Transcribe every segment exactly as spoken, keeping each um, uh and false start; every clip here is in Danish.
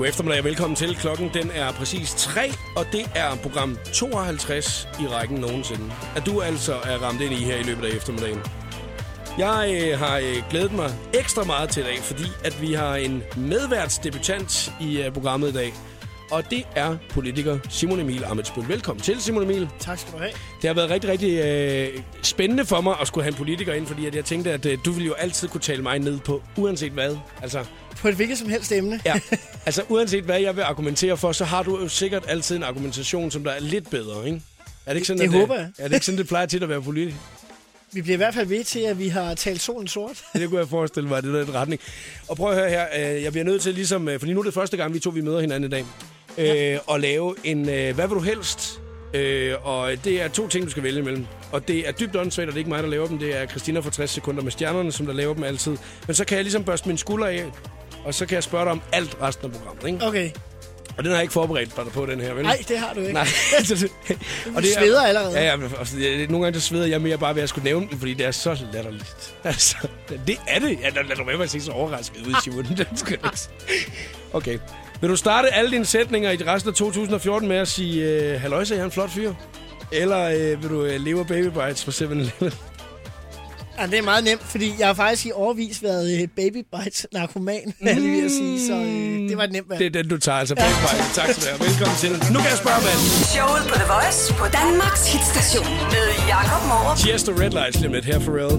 God eftermiddag og velkommen til. Klokken den er præcis tre, og det er program tooghalvtreds i rækken nogensinde. At du altså er ramt ind i her i løbet af eftermiddagen. Jeg øh, har øh, glædet mig ekstra meget til i dag, fordi at vi har en medværtsdebutant i øh, programmet i dag. Og det er politiker Simon Emil Ammitzbøll. Velkommen til, Simon Emil. Tak skal du have. Det har været rigtig, rigtig øh, spændende for mig at skulle have en politiker ind, fordi at jeg tænkte, at øh, du ville jo altid kunne tale mig ned på, uanset hvad. Altså, på et hvilket som helst emne. Ja, altså uanset hvad jeg vil argumentere for, så har du jo sikkert altid en argumentation, som der er lidt bedre, ikke? Er det ikke sådan, det, det at, håber jeg. Er det ikke sådan, det plejer til at være politiker? Vi bliver i hvert fald ved til, at vi har talt solen sort. Det kunne jeg forestille mig, det er den retning. Og prøv at høre her, jeg bliver nødt til ligesom, fordi nu er det første gang, vi to vi møder hinanden i dag, ja. øh, og lave en, øh, hvad vil du helst? Øh, og det er to ting, du skal vælge imellem. Og det er dybt åndssvagt, og det er ikke mig, der laver dem. Det er Christina for tres sekunder med stjernerne, som der laver dem altid. Men så kan jeg ligesom børste mine skuldre af, og så kan jeg spørge dig om alt resten af programmet, ikke? Okay. Og den har jeg ikke forberedt dig på, den her, vel? Nej, det har du ikke. Nej. Og det er, sveder allerede. Ja, ja, altså, nogle gange der sveder jeg mere bare ved at skulle nævne den, fordi det er så latterligt. Altså, det er det. Ja, lad du være med at se så overrasket ud i Simon. Okay. Vil du starte alle dine sætninger i resten af to tusind og fjorten med at sige, øh, halløjsa, jeg er en flot fyr? Eller øh, vil du øh, leve af baby bites fra seven eleven? Ja, det er meget nemt, fordi jeg har faktisk i årevis været baby bites narkoman, mm. lige vil jeg sige, så øh, det var et nemt valg. Det er den, du tager, altså baby bites. Tak skal du have. Velkommen til. Nu kan jeg spørge, hvad? Showet på The Voice på Danmarks hitstation med Jakob Morup. Tiesto Red Lights lige lidt her for real.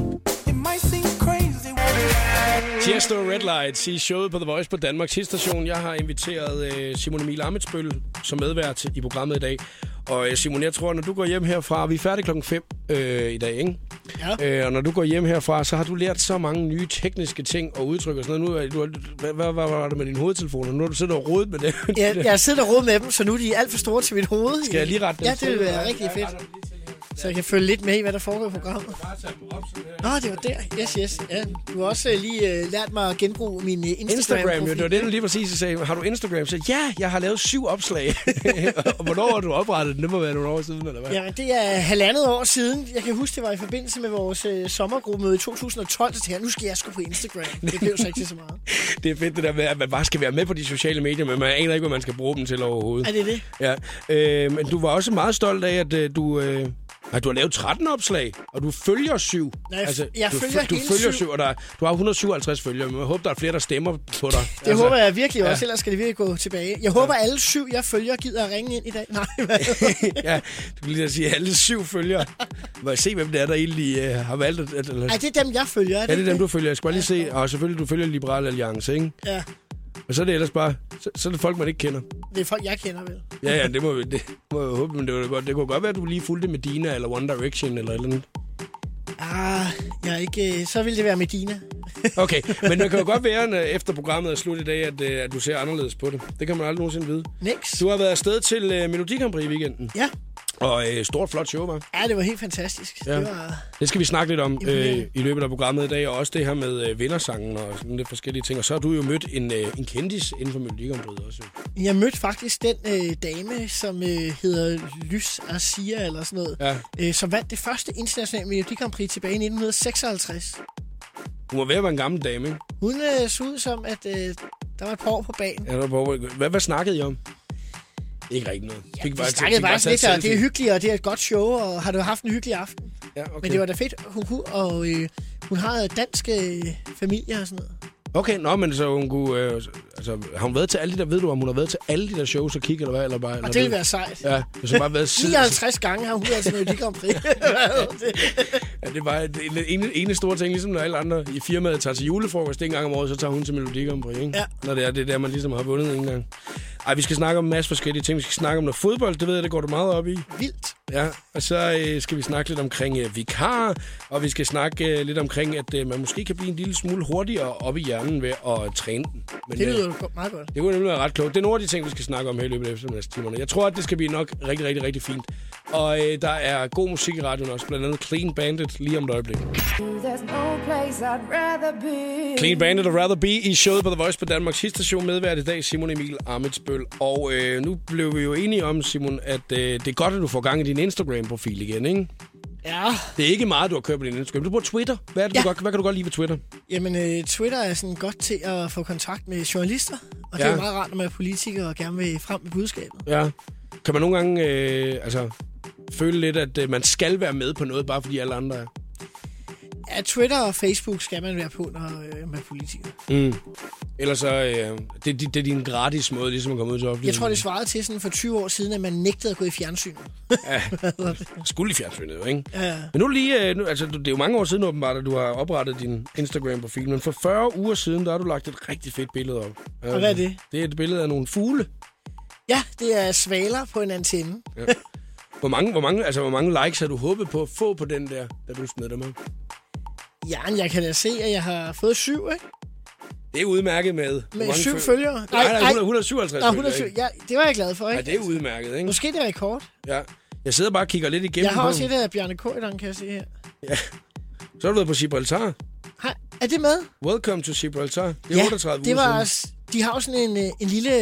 Tiesto Red Lights i showet på The Voice på Danmarks hitstation. Jeg har inviteret øh, Simon Emil Ammitzbøll som medvært i programmet i dag. Og øh, Simon, jeg tror, når du går hjem herfra, vi er færdige klokken fem øh, i dag, ikke? Ja. Øh, og når du går hjem herfra, så har du lært så mange nye tekniske ting og udtryk og sådan noget. Nu, du, hvad, hvad, hvad var det med dine hovedtelefoner? Nu har du siddet og rodet med det. Ja, jeg sidder og rodet med dem, så nu er de alt for store til mit hoved. Skal jeg lige rette dem? Ja, det vil være rigtig fedt. Så jeg kan følge lidt med i, hvad der foregår i programmet. Nå, det var der. Yes, yes. Ja. Du har også uh, lige uh, lært mig at genbruge min uh, Instagram-profil. Instagram, jo. Det var det, du lige præcis sagde. Har du Instagram? Så ja, jeg har lavet syv opslag. Og hvornår har du oprettet den? Det må være nogle år siden, eller hvad? Ja, det er halvandet år siden. Jeg kan huske, det var i forbindelse med vores uh, sommergruppemøde i to tusind og tolv. Så tænkte jeg, nu skal jeg sgu på Instagram. Det blev så ikke til så meget. Det er fedt, det der med, at man bare skal være med på de sociale medier, men man aner ikke, hvad man skal bruge dem til overhovedet. Er det det? Ja. Øh, men du var også meget stolt af, at uh, du... Uh, Nej, du har lavet tretten opslag, og du følger syv. Nej, altså, jeg du, følger du hele følger syv. syv, og der, du har et hundrede og syvhalvtreds følgere, men jeg håber, der er flere, der stemmer på dig. Det altså, håber jeg virkelig også, ja. Ellers skal det virkelig gå tilbage. Jeg håber, alle syv, jeg følger, gider at ringe ind i dag. Nej, hvad? Ja, du vil lige sige, at alle syv følgere. Må jeg se, hvem det er, der egentlig uh, har valgt? At, eller... Nej, det er dem, jeg følger. Er det ja, det er dem, du følger. Jeg skal bare lige se, og selvfølgelig, du følger Liberal Alliance, ikke? Ja. Og så er det ellers bare, så, så er det folk, man ikke kender. Det er folk, jeg kender vel. Ja, ja, det må, det må jeg håbe, men det, var godt. Det kunne godt være, at du lige fulgte Medina eller One Direction eller eller andet. Ah, jeg er ikke... Så ville det være Medina. Okay, men det kan jo godt være, efter programmet er slut i dag, at, at du ser anderledes på det. Det kan man aldrig nogensinde vide. Next. Du har været afsted til uh, Melodi Grand Prix i weekenden. Ja. Og øh, stort, flot show, var. Ja, det var helt fantastisk. Ja. Det, var... det skal vi snakke lidt om øh, i løbet af programmet i dag, og også det her med øh, vindersangen og sådan lidt forskellige ting. Og så har du jo mødt en, øh, en kendis inden for Melodi Grand Prix også. Jeg mødte faktisk den øh, dame, som øh, hedder Lys Arcia eller sådan noget, ja. øh, som vandt det første internationale Melodi Grand Prix tilbage i nitten seksoghalvtreds. Hun må være en gammel dame, ikke? Hun øh, så ud som, at øh, der var et par år på banen. Ja, der var på. Hvad, hvad snakkede I om? Ikke rigtig noget. Ja, vi snakkede bare lidt, og det er hyggeligt, og det er et godt show, og har du haft en hyggelig aften? Ja, okay. Men det var da fedt, hun kunne, og øh, hun har dansk øh, familie og sådan noget. Okay, nå, men så hun kunne... Øh, altså, har hun været til alle de der... Ved du, om hun har været til alle de der shows og kigge, eller hvad? Eller bare, eller og det ville være sejt. Ja, det har bare været siden... nioghalvtreds gange har hun været til Melodi Grand Prix. Ja, det er bare en, en, en store ting, ligesom når alle andre i firmaet tager til julefrokost en gang om året, så tager hun til Melodi Grand Prix, ikke? Ja. Når det er det der, man ligesom har vundet en gang. Ej, vi skal snakke om en masse forskellige ting. Vi skal snakke om noget fodbold, det ved jeg, det går du meget op i. Vildt. Ja, og så øh, skal vi snakke lidt omkring øh, vikarer, og vi skal snakke øh, lidt omkring, at øh, man måske kan blive en lille smule hurtigere op i hjernen ved at træne den. Men, det lyder øh, meget godt. Det kunne nemlig være ret klogt. Det er nogle af de ting, vi skal snakke om her i løbet af eftermiddagstimerne. Jeg tror, at det skal blive nok rigtig, rigtig, rigtig fint. Og øh, der er god musik i radioen også, blandt andet Clean Bandit lige om et øjeblik. Clean Bandit og Rather Be i showet på The Voice på Danmarks hitstation. Medvært i dag, Simon Emil Ammitzbøll. Og øh, nu blev vi jo enige om, Simon, at øh, det er godt, at du får gang i din Instagram-profil igen, ikke? Ja. Det er ikke meget, du har kørt på din Instagram. Du bruger Twitter. Hvad, er det, ja. du godt, hvad kan du godt lide ved Twitter? Jamen, øh, Twitter er sådan godt til at få kontakt med journalister Og ja. Det er meget rart, når man er politiker og gerne vil frem med budskabet. Ja. Kan man nogle gange øh, altså, føle lidt, at øh, man skal være med på noget, bare fordi alle andre er? Ja, Twitter og Facebook skal man være på, når øh, man er politiker. Mm. Ellers så, øh, det, det, det er din gratis måde, ligesom at komme ud til offentligheden. Jeg tror, det svarede til sådan for tyve år siden, at man nægtede at gå i fjernsynet. Ja, skulle i fjernsynet jo, ikke? Ja. Men nu lige, øh, nu, altså det er jo mange år siden åbenbart, at du har oprettet din Instagram-profil, men for fyrre uger siden, der har du lagt et rigtig fedt billede op. Og hvad er det? Det er et billede af nogle fugle. Ja, det er svaler på en antenne. Ja. Hvor mange, hvor, mange, altså, hvor mange likes har du håbet på at få på den der, da du smed dem op? Ja, jeg kan da se, at jeg har fået syv, ikke? Det er udmærket med... Med syv følgere? Nej, nej, nej, et hundrede og syvoghalvtreds følgere. Ja, det var jeg glad for, ikke? Ja, det er udmærket, ikke? Måske det er rekord. Ja. Jeg sidder bare og kigger lidt igennem. Jeg har også et af Bjarne Corydon, kan jeg se her. Ja. Så har du været på Gibraltar. Hej, er det med? Welcome to Gibraltar. Det er ja, otteogtredive det var, uger siden. De har jo sådan en, en lille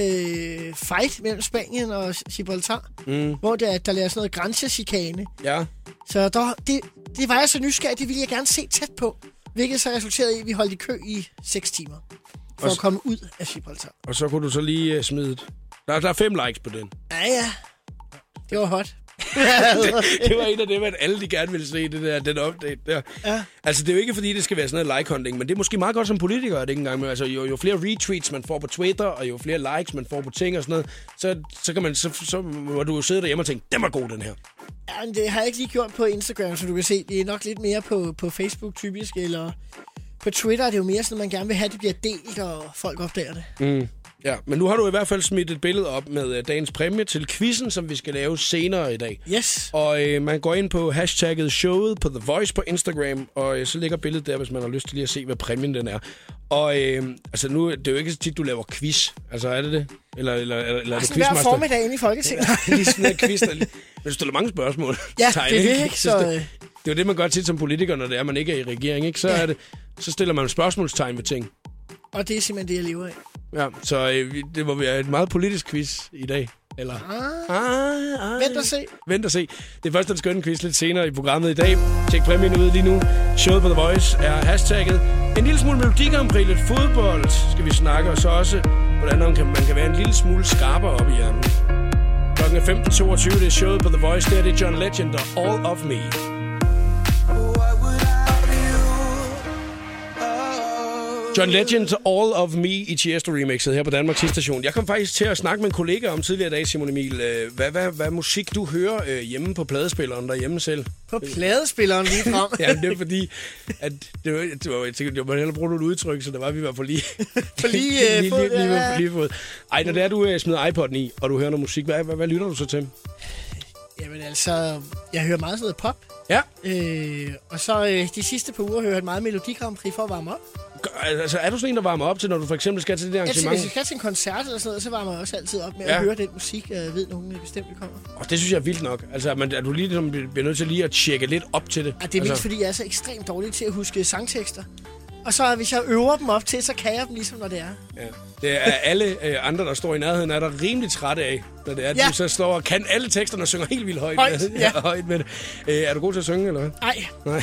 fight mellem Spanien og Gibraltar, mm. hvor der, der laver sådan noget grænsechikane. Ja. Så der, det, det var jeg så nysgerrig, det ville jeg gerne se tæt på. Hvilket så resulterede i, at vi holdt i kø i seks timer. For og at komme ud af Gibraltar. Og så kunne du så lige uh, smide et. Der, der er fem likes på den. Ja, ja. Det var hot. det, det var en af dem, at alle de gerne ville se, det der, den update der. Ja. Altså, det er jo ikke, fordi det skal være sådan noget like-hunting, men det er måske meget godt som politiker, at det ikke engang med. Altså, jo, jo flere retweets man får på Twitter, og jo flere likes man får på ting og sådan noget, så, så kan man, så, så må du sidde derhjemme og tænke, den var god, den her. Ja, men det har jeg ikke lige gjort på Instagram, så du kan se. Det er nok lidt mere på, på Facebook typisk, eller på Twitter er det jo mere sådan, at man gerne vil have, at det bliver delt, og folk opdager det. Mm. Ja, men nu har du i hvert fald smidt et billede op med uh, dagens præmie til quizzen, som vi skal lave senere i dag. Yes. Og uh, man går ind på hashtagget showet på The Voice på Instagram, og uh, så ligger billedet der, hvis man har lyst til lige at se, hvad præmien den er. Og uh, altså nu, det er jo ikke så tit, du laver quiz. Altså er det det? Eller, eller, eller, eller er det quizmaster? Hver formiddag inde i Folketinget. Ja, lige sådan en quiz. Men du stiller mange spørgsmål. Ja, Tegn, det er det, ikke? Så... Det, det er jo det, man gør tit som politiker, når det er, man ikke er i regering, ikke? Så, ja. er det, så stiller man spørgsmålstegn ved ting. Og det er simpelthen det, jeg lever af. Ja, så øh, det må være et meget politisk quiz i dag. Eller? Ah, ah, ah, Vent og se. Vent og se. Det er først den skønne quiz lidt senere i programmet i dag. Tjek præmien ud lige nu. Showet på The Voice er hashtagget. En lille smule Melodi Grand Prix, lidt fodbold skal vi snakke, og så også, hvordan man kan, man kan være en lille smule skarpere op i hjernen. Klokken er femten toogtyve, det er showet på The Voice. Der det er John Legend og All of Me. John Legend, All of Me i Tiesto-remixet her på Danmarks Station. Jeg kom faktisk til at snakke med en kollega om tidligere i dag, Simon Emil. Hvad, hvad, hvad musik du hører øh, hjemme på pladespilleren derhjemme selv? På pladespilleren lige frem? Ja, det er fordi, at det var, det var, jeg tænkte, jeg må hellere bruge nogle udtryk, så det var, at vi var på lige på lige, øh, lige, fod, lige, lige, ja. lige fod. Ej, når det er, du øh, smider iPod'en i, og du hører noget musik, hvad, hvad, hvad lytter du så til? Jamen altså, jeg hører meget sådan noget pop. Ja. Øh, og så øh, de sidste par uger hører jeg meget Melodi Grand Prix for at varme op. Altså, er du sådan en, der varmer op til, når du for eksempel skal til det der arrangement? Hvis jeg skal til en koncert eller sådan noget, så varmer jeg også altid op med ja. at høre den musik, jeg ved, nogen bestemt kommer. Og det synes jeg er vildt nok. Altså, at, at du lige ligesom, bliver nødt til lige at tjekke lidt op til det. Ja, det er altså. mest, fordi jeg er så ekstremt dårlig til at huske sangtekster. Og så hvis jeg øver dem op til, så kan jeg dem ligesom, når det er. Ja. Det er alle øh, andre, der står i nærheden, er der rimelig trætte af, når det er, at ja. du så står og kan alle teksterne og synger helt vildt højt. Højt, med, ja. ja, højt med det. Øh, er du god til at synge, eller hvad? Nej. Nej.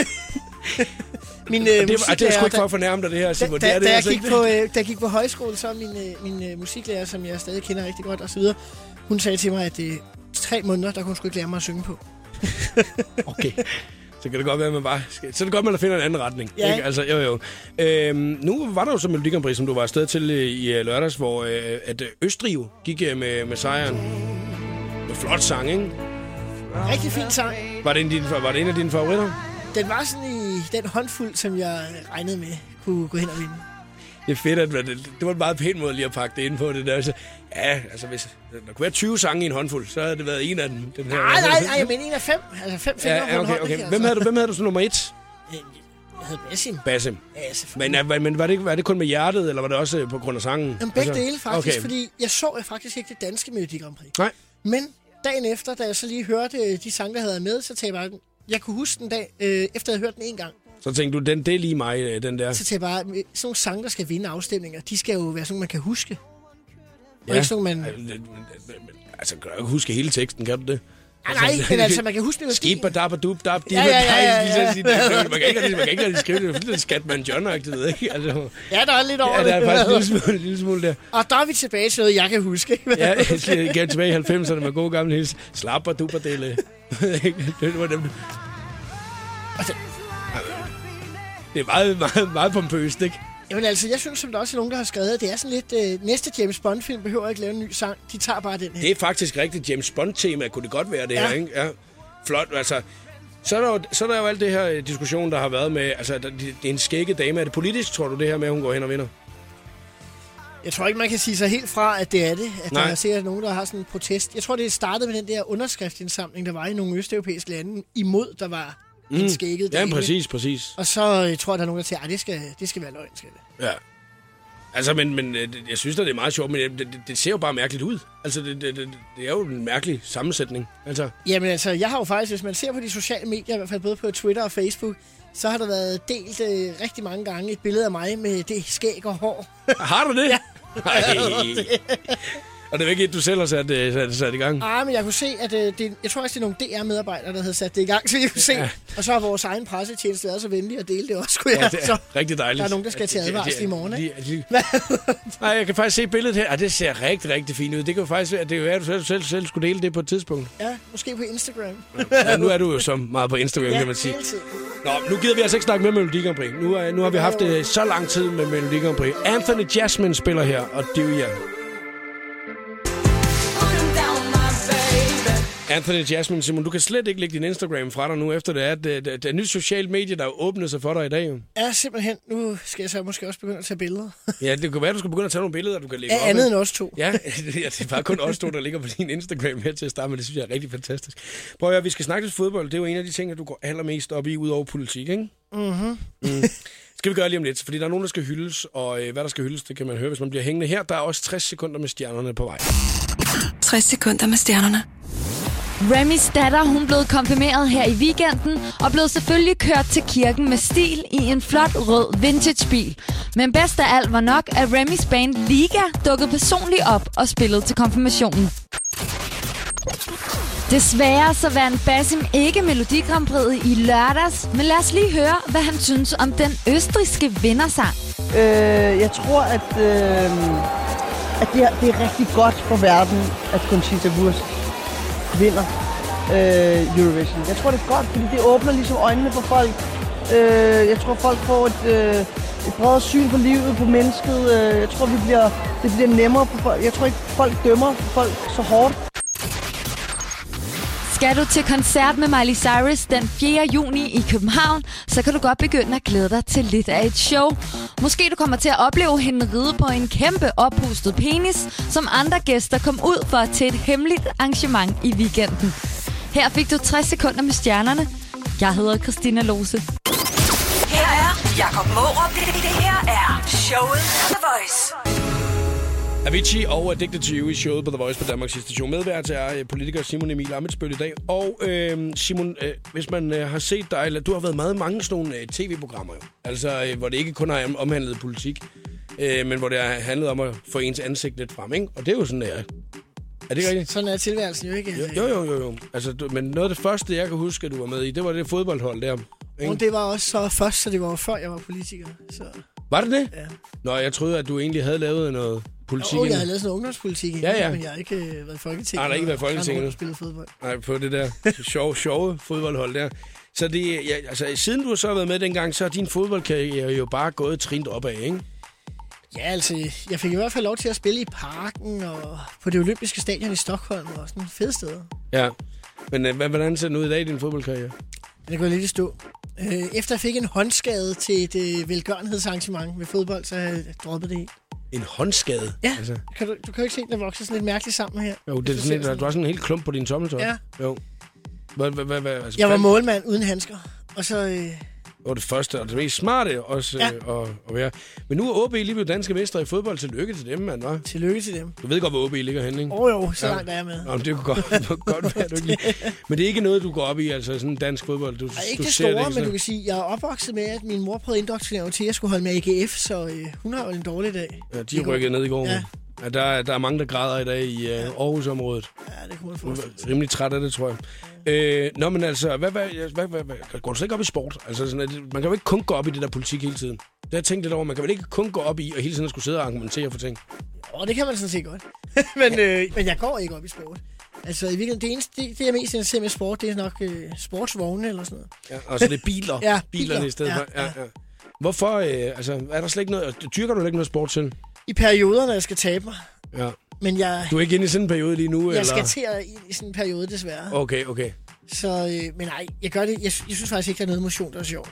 Min, øh, det, det er sgu ikke for at fornærme dig, det her, Simon. Da, det er, da, det, jeg altså gik på, øh, da jeg gik på højskole, så min, øh, min øh, musiklærer, som jeg stadig kender rigtig godt osv., hun sagde til mig, at det er tre måneder, der kunne hun sgu ikke lære mig at synge på. Okay. Så kan det godt være, at man bare... Så er det godt, at man finder en anden retning. Ja. Ikke? Altså, jo, jo. Øhm, nu var der jo så Melodi Grand Prix, som du var afsted til i lørdags, hvor øh, at Østrig jo gik med, med sejren. Med flot sang, ikke? Rigtig fin sang. Var det en, din, var det en af dine favoritter? Den var sådan i den håndfuld, som jeg regnede med kunne gå hen og vinde. Det er fedt, at det, det var en meget pæn måde lige at pakke det ind på det der. Så, ja, altså hvis der kunne være tyve sange i en håndfuld, så havde det været en af dem. Den her, nej, nej, nej, jeg mener en af fem. Altså fem fingre ja, okay, på en okay. Hvem havde du, hvem havde du så nummer et? Jeg havde Basim. Basim. Ja, selvfølgelig. Men, men var, det, var det kun med hjertet, eller var det også på grund af sangen? Jamen, begge altså, dele faktisk, okay. Fordi jeg så jeg faktisk ikke det danske Melodi Grand Prix. Nej. Men dagen efter, da jeg så lige hørte de sange, der havde med, så tænkte jeg bare, jeg kunne huske den dag, øh, efter jeg havde hørt den en gang. Så tænkte du, den, det er lige mig, den der. Så tænkte jeg bare, sådan nogle sange, der skal vinde afstemninger, de skal jo være sådan, man kan huske. Ja. Og ikke sådan, man... Altså, kan du ikke huske hele teksten, kan du det? Nej, nej, men altså, man kan huske melodien. Skib og dab og dub dab. Ja, ja, ja, ja, ja. Man kan ikke man kan ikke rigtig skrive det. Det er lidt Skatman John-agtigt, ved ikke? Altså, ja, der er lidt over ja, det. Ja, der er faktisk en lille smule, lille smule der. Og der er vi tilbage til noget, jeg kan huske. Ja, jeg skal igen tilbage i halvfemserne med gode gamle hils. Slap og dub og dele. Det var dem. Det er meget, meget, meget pompøst, ikke? Jamen altså, jeg synes, som der også er nogen, der har skrevet, at det er sådan lidt, øh, næste James Bond-film behøver ikke lave en ny sang. De tager bare den her. Det er faktisk rigtigt James Bond-tema, kunne det godt være det ja. her, ikke? Ja, flot, altså. Så er, der jo, så er der jo alt det her diskussion, der har været med, altså, det er en skægge dame. Er det politisk, tror du, det her med, at hun går hen og vinder? Jeg tror ikke, man kan sige sig helt fra, at det er det. At Nej. der er sikkert nogen, der har sådan en protest. Jeg tror, det startede med den der underskriftsindsamling, der var i nogle østeuropæiske lande, imod der var mm. en skægget dame. Ja, præcis, præcis. Og så jeg tror jeg, der er nogen, der siger, at det skal, det skal være løgn, skal det. Ja. Altså, men, men jeg synes da, det er meget sjovt, men det, det, det ser jo bare mærkeligt ud. Altså, det, det, det, det er jo en mærkelig sammensætning. Altså. Jamen altså, jeg har jo faktisk, hvis man ser på de sociale medier, i hvert fald både på Twitter og Facebook, så har der været delt øh, rigtig mange gange et billede af mig med det skæg og hår. Har du det? Ja. Nej. Og det er ikke et, du selv har sat, sat, sat i gang? Nej, men jeg kunne se, at øh, det, jeg tror også, det er nogle D R-medarbejdere, der havde sat det i gang, så jeg kunne se. Ja. Og så har vores egen pressetjeneste været så venlig at dele det også, kunne jeg. Ja, det er så rigtig dejligt. Der er nogen, der skal til advarsel i morgen, ikke? De, de, Nej, jeg kan faktisk se billedet her. Ah, det ser rigtig, rigtig fint ud. Det kan jo faktisk være, det kan være, at du selv, selv, selv skulle dele det på et tidspunkt. Ja, måske på Instagram. Ja, nu er du jo så meget på Instagram, ja, kan man sige. Nå, nu gider vi altså ikke snakke med Melodi Grand Prix. Nu, er, nu har vi haft det så lang tid med Melodi Grand Prix. Anthony Jasmine spiller her, og det er jo ja. Anthony Jasmine, Simon, du kan slet ikke lægge din Instagram fra dig nu, efter det er, at det, det er et nyt socialt medie, der er åbnet sig for dig i dag. Jo. Ja, simpelthen. Nu skal jeg så måske også begynde at tage billeder. Ja, det kan være, at du skal begynde at tage nogle billeder, du kan lægge ja, op. andet end os to. Ja, det er bare kun os to, der ligger på din Instagram her til at starte med. Det synes jeg er rigtig fantastisk. Prøv at høre, vi skal snakke lidt fodbold. Det er jo en af de ting, du går allermest op i, ud over politik, ikke? Mhm. Mm. Skal vi gøre lige om lidt, fordi der er nogen, der skal hyldes, og øh, hvad der skal hyldes, det kan man høre, hvis man bliver hængende her. Der er også tres sekunder med stjernerne på vej. tres sekunder med stjernerne. Remys datter, hun blev konfirmeret her i weekenden og blev selvfølgelig kørt til kirken med stil i en flot rød vintagebil. Men bedst af alt var nok, at Remys band Liga dukkede personligt op og spillede til konfirmationen. Desværre så vandt Basim ikke Melodi Grand Prix i lørdags, men lad os lige høre, hvad han synes om den østrigske vindersang. Øh, jeg tror, at, øh, at det, er, det er rigtig godt for verden, at Conchita Wurst vinder øh, Eurovision. Jeg tror, det er godt, fordi det åbner ligesom øjnene for folk. Øh, jeg tror, folk får et, øh, et bredere syn på livet, på mennesket. Øh, jeg tror, vi bliver, det bliver nemmere for folk. Jeg tror ikke, folk dømmer folk så hårdt. Skal du til koncert med Miley Cyrus den fjerde juni i København, så kan du godt begynde at glæde dig til lidt af et show. Måske du kommer til at opleve hende ride på en kæmpe oppustet penis, som andre gæster kom ud for til et hemmeligt arrangement i weekenden. Her fik du tres sekunder med stjernerne. Jeg hedder Christina Lose. Her er Jakob Mårup. Det, det her er showet på The Voice. Avicii og Addicted to You i showet på The Voice på Danmarks station. Medvært er politiker Simon Emil Ammitzbøll i dag. Og øh, Simon, øh, hvis man øh, har set dig, eller du har været meget i mange sådan nogle øh, tv-programmer, jo. Altså, øh, hvor det ikke kun har omhandlet politik, øh, men hvor det har handlet om at få ens ansigt lidt frem, ikke? Og det er jo sådan, det er. Er det rigtigt? Sådan er tilværelsen jo ikke. Jo, jo, jo, jo. Altså, du, men noget af det første, jeg kan huske, at du var med i, det var det fodboldhold der. Ikke? Og det var også så først, så det var før jeg var politiker. Så. Var det det? Ja. Nå, jeg troede, at du egentlig havde lavet noget politik. Og jeg havde lavet sådan noget ungdomspolitik, ja, ja. men jeg har ikke øh, været i Folketinget. Nej, der har ikke været i Folketinget nu. Og spillet fodbold. Nej, på det der sjove, sjove fodboldhold der. Så det, ja, altså, siden du så har været med dengang, så er din fodboldkarriere jo bare gået trint opad, ikke? Ja, altså, jeg fik i hvert fald lov til at spille i Parken og på det olympiske stadion i Stockholm og sådan fede steder. Ja, men øh, hvordan ser den ud i dag i din fodboldkarriere? Den er gået lidt i stå. Øh, efter jeg fik en håndskade til et øh, velgørenhedsarrangement med fodbold, så har jeg droppet det helt. En håndskade? Ja, altså. kan du, du kan jo ikke se, at den vokser sådan lidt mærkeligt sammen her. Jo, det er sådan, sådan. Du har sådan en helt klump på din tommeltot. Ja. Jo. Hvad, hvad, hvad, hvad, altså, jeg var målmand uden handsker, og så... Øh, og det første og det mest smarte også ja. øh, at, at være. Men nu er O B lige blevet danske mestre i fodbold. Tillykke til dem, mand, hva'? Tillykke til dem. Du ved godt, hvor O B ligger henne, ikke? Åh oh, jo, så ja. Langt er jeg med. Nå, det kunne godt, godt være, du ikke lige. Men det er ikke noget, du går op i, altså sådan dansk fodbold. Du, Ej, ikke du det ser store, det, men du kan sige, jeg er opvokset med, at min mor prøvede indoktrinere til, at jeg skulle holde med A G F, så øh, hun har jo en dårlig dag. Ja, de rykkede ned i går. Ja. Ja, der, er, der er mange, der græder i dag i uh, Aarhus-området. Ja, det kunne man forestille sig. Rimelig træt af det, tror jeg. Ja. Øh, nå, men altså, hvad, hvad, hvad, hvad, hvad, går du slet ikke op i sport? Altså, sådan, at, man kan jo ikke kun gå op i det der politik hele tiden. Det har jeg tænkt lidt over. Man kan vel ikke kun gå op i, og hele tiden skulle sidde og argumentere for ting. Åh, det kan man sådan set godt. men, øh, men jeg går ikke op i sport. Altså, i virkeligheden, det eneste, det, det jeg mest interesserer med sport, det er nok øh, sportsvogne eller sådan noget. Ja, altså det er biler. ja, Bilerne biler. i stedet ja, for. Ja, ja. ja. Hvorfor, øh, altså, er der slet ikke noget, dyrker du ikke noget sport til? I perioder, når jeg skal tabe mig. Ja. Men jeg, Du er ikke inde i sådan en periode lige nu, jeg eller? skal til at ind i sådan en periode, desværre. Okay, okay. Så, øh, men nej, jeg gør det. Jeg, jeg synes faktisk ikke, der er noget motion, der er sjovt.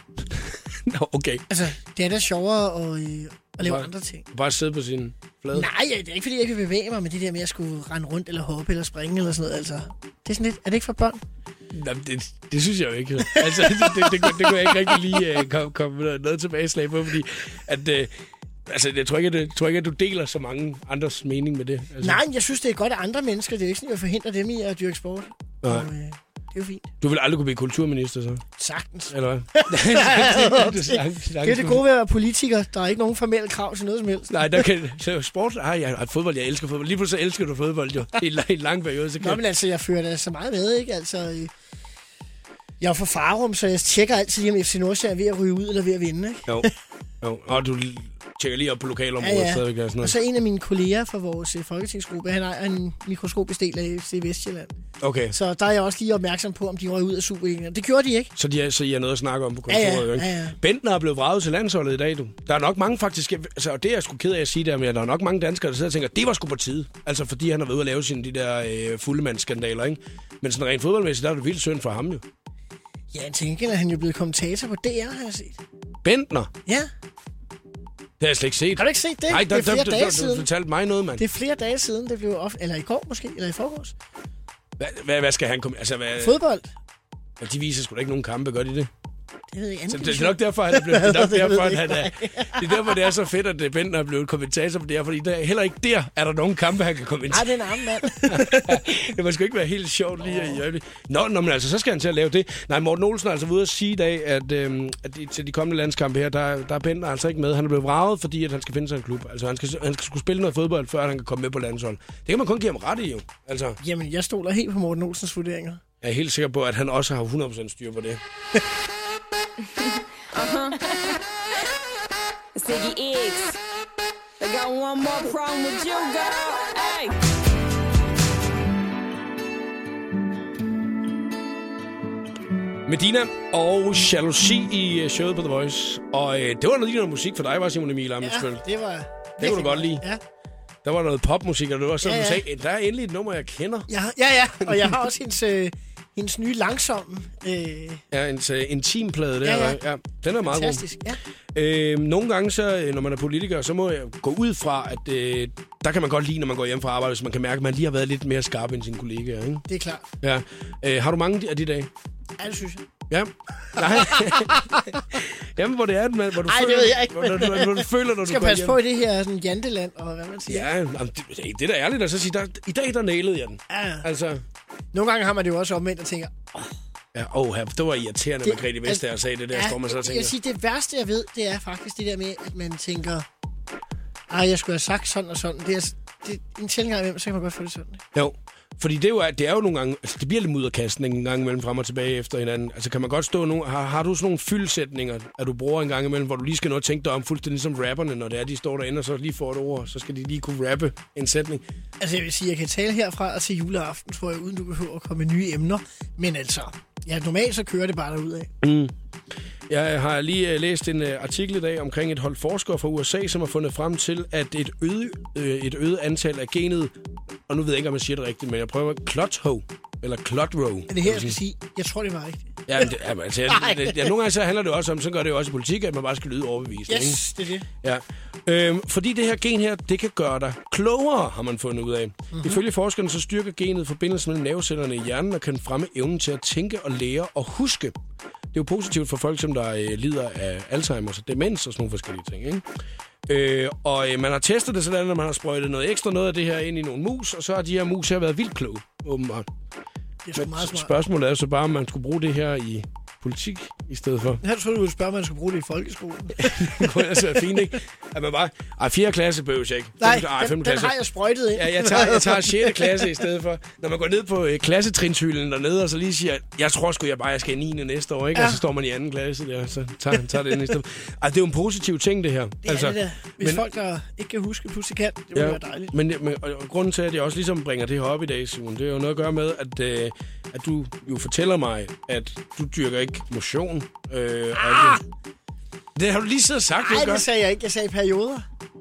Nå, okay. Altså, det er da sjovere at, øh, at lave Bare- andre ting. Bare sidde på sin flade. Nej, det er ikke, fordi jeg ikke vil bevæge mig, men det der med at skulle rende rundt, eller hoppe, eller springe, eller sådan noget, altså. Det er sådan lidt, er det ikke for børn? Jamen, det, det synes jeg jo ikke. Altså, det, det, det, det, det kunne jeg ikke rigtig lige uh, komme kom noget, noget tilbageslag på, fordi at, uh, altså, jeg tror, ikke, at, jeg tror ikke, at du deler så mange andres mening med det. Altså, Nej, jeg synes, det er godt, at andre mennesker, det er jo ikke sådan, at jeg forhindrer dem i at dyrke sport. Nej. Og, øh, det er jo fint. Du vil aldrig kunne blive kulturminister, så? Sagtens. Eller hvad? det, det er det gode ved at være politiker. Der er ikke nogen formelle krav til noget som helst. Nej, der kan... Så sport... Ej, jeg har fodbold. Jeg elsker fodbold. Lige pludselig elsker du fodbold, jo. I en, lang- en lang periode. Så kan... Nå, men altså, jeg fører det så meget med, ikke? Altså, øh, jeg er fra Farum, så jeg tjekker altid lige, om F C Nordsjælland er ved at ryge ud eller ved at vinde, ikke? Jo. Jo. Og du tjekker lige op på lokalområdet. Ja, ja. Stadigvæk, og sådan Og noget. så en af mine kolleger fra vores øh, folketingsgruppe, han ejer en mikroskopisk del af F C Vestjylland. Okay. Så der er jeg også lige opmærksom på, om de røg ud af Superligaen. Det gjorde de ikke. Så, de er, så I har noget at snakke om på Ja, kontoret, ja, ikke? ja, ja. Bentner er blevet vraget til landsholdet i dag, du. Der er nok mange faktisk... Altså, og det er jeg sgu ked af at sige der, men der er nok mange danskere, der sidder og tænker, det var sgu på tide. Altså, fordi han har været ude at lave sine de der øh, fuldemandsskandaler, ikke? Men sådan rent fodboldmæssigt, der er det vildt synd for ham, jo. Ja, jeg tænker, at han er jo blevet kommentator på D R, har jeg set. Bentner? Ja, Det har jeg slet ikke set. har du ikke set det? Nej, der, det er flere der, der, dage der, siden. du fortalte mig noget, mand. Det er flere dage siden, det blev off... Eller i går måske, eller i forgårs. Hvad, hvad, hvad skal han komme... Altså, hvad... Fodbold. Ja, de viser sgu da ikke nogen kampe, gør de det? Det ved jeg ikke. Så det, det er nok derfor, han er blevet... Det er nok Det ved derfor, jeg han er, det er derfor, det er så fedt, at Bentner er blevet kommentator på det her, fordi der, heller ikke der er der nogen kampe, han kan kommentere. Nej, det er en arm mand. Det må sgu ikke være helt sjovt lige i øjeblikket. Nå, nå, men altså, så skal han til at lave det. Nej, Morten Olsen er altså ude at sige i dag, at, øhm, at de, til de kommende landskampe her, der, der er Bentner altså ikke med. Han er blevet vraget, fordi at han skal finde sig en klub. Altså, han skal, han skal skulle spille noget fodbold, før han kan komme med på landshold. Det kan man kun give ham ret i, jo. Altså, Jamen, jeg stoler helt på Morten Olsens vurderinger. jeg er helt sikker på, at han også har hundrede procent styr på det. Ziggy X. I got one more problem with you, girl. Hey. Medina og Jalousi i øh, showet på The Voice. Og øh, det var noget, noget musik for dig, var Simon Emil Amitsbøl. Ja, det var... Det kunne du godt lide. Ja. Der var noget popmusik, og det var sådan, Ja, ja, ja. ja. Du sagde, der er endelig et nummer, jeg kender. Ja, ja, ja. Og jeg har også hendes, øh, hendes nye langsomme. Øh, Ja, en uh, intimplade der. Ja, ja. ja. Den er meget fantastisk. Ja. god. Øh, nogle gange, så, øh, når man er politiker, så må jeg gå ud fra, at øh, der kan man godt lide, når man går hjem fra arbejde, hvis man kan mærke, at man lige har været lidt mere skarp end sine kollegaer. Ikke? Det er klart. Ja. Øh, har du mange af de dage? Ja, det synes jeg. Ja. Nej. Jamen, hvor det er, man, hvor du Ej, det føler, ved jeg ikke, Hvor, men- hvor, hvor, hvor du føler, når du skal går passe hjem. på i det her sådan janteland, og hvad man siger. Ja, jamen, det, det er da ærligt at så sige, der, i dag der nailede jeg den. Ja. Altså, Nogle gange har man det jo også omvendt og tænker... ja, åh, her, det var irriterende, Det- det, Margrethe Vestager sagde det der, ja, står man så og jeg tænker. vil sige, det værste, jeg ved, det er faktisk det der med, at man tænker... Ej, jeg skulle have sagt sådan og sådan. Det er, det er en sjældent gang imellem, så kan man godt få det sådan. Ikke? Jo, fordi det er jo, det er jo nogle gange, altså det bliver lidt mudderkastning en gang imellem frem og tilbage efter hinanden. Altså kan man godt stå nogle, har, har du sådan nogle fyldsætninger, at du bruger en gang imellem, hvor du lige skal nå at tænke dig om fuldstændig som rapperne, når det er, de står derinde og så lige får et ord, så skal de lige kunne rappe en sætning. Altså, jeg vil sige, jeg kan tale herfra og til juleaften, tror jeg, uden du behøver at komme med nye emner. Men altså, ja, normalt så kører det bare derudad. Mm. Jeg har lige uh, læst en uh, artikel i dag omkring et hold forskere fra U S A, som har fundet frem til, at et øget, uh, et øget antal af genet, og nu ved jeg ikke, om jeg siger det rigtigt, men jeg prøver Clotho, eller Clotrow. Er det her, jeg skal sige? Jeg tror, det var rigtigt. Ja, men det, jamen, altså, jeg, det, ja, nogle gange så handler det også om, så gør det jo også i politik, at man bare skal lyde overbevisende. Ikke? Yes, det er det. Ja. Øhm, fordi det her gen her, det kan gøre dig klogere, har man fundet ud af. Mm-hmm. Ifølge forskerne, så styrker genet forbindelsen mellem nervecellerne i hjernen og kan fremme evnen til at tænke og lære og huske. Det er jo positivt for folk, som der øh, lider af Alzheimer, så demens og sådan nogle forskellige ting. Ikke? Øh, og øh, man har testet det sådan, at man har sprøjtet noget ekstra noget af det her ind i nogle mus, og så har de her mus her været vildt kloge, åbenbart. Det er sgu meget smart. Spørgsmålet er så bare, om man skulle bruge det her i politik i stedet for. Jeg tror, du ville spørge, om man skulle bruge det i folkeskolen. Det kunne ellers være fint, ikke? At man bare... Ej, fjerde klasse behøves jeg ikke. Nej, Ej, den, den klasse. har jeg sprøjtet ind. Ja, jeg tager, jeg tager sjette klasse i stedet for. Når man går ned på øh, klassetrinshylden dernede, og så lige siger, jeg tror sgu, jeg bare jeg skal i niende næste år, ikke? Ja. Og så står man i anden klasse der, så tager, tager det ind i stedet. Ej, det er jo en positiv ting, det her. Det altså, er det der. Hvis men, folk, der ikke kan huske, pludselig kan, det vil ja, være dejligt. Men, men og, og grunden til, at jeg også ligesom bringer det her op i dag, Simon, det er jo noget at gøre med, at, øh, at du jo fortæller mig, at du dyrker ikke motion. Øh, ah! og det, det har du lige siddet og sagt. Nej, det sagde jeg ikke. Jeg sagde i perioder.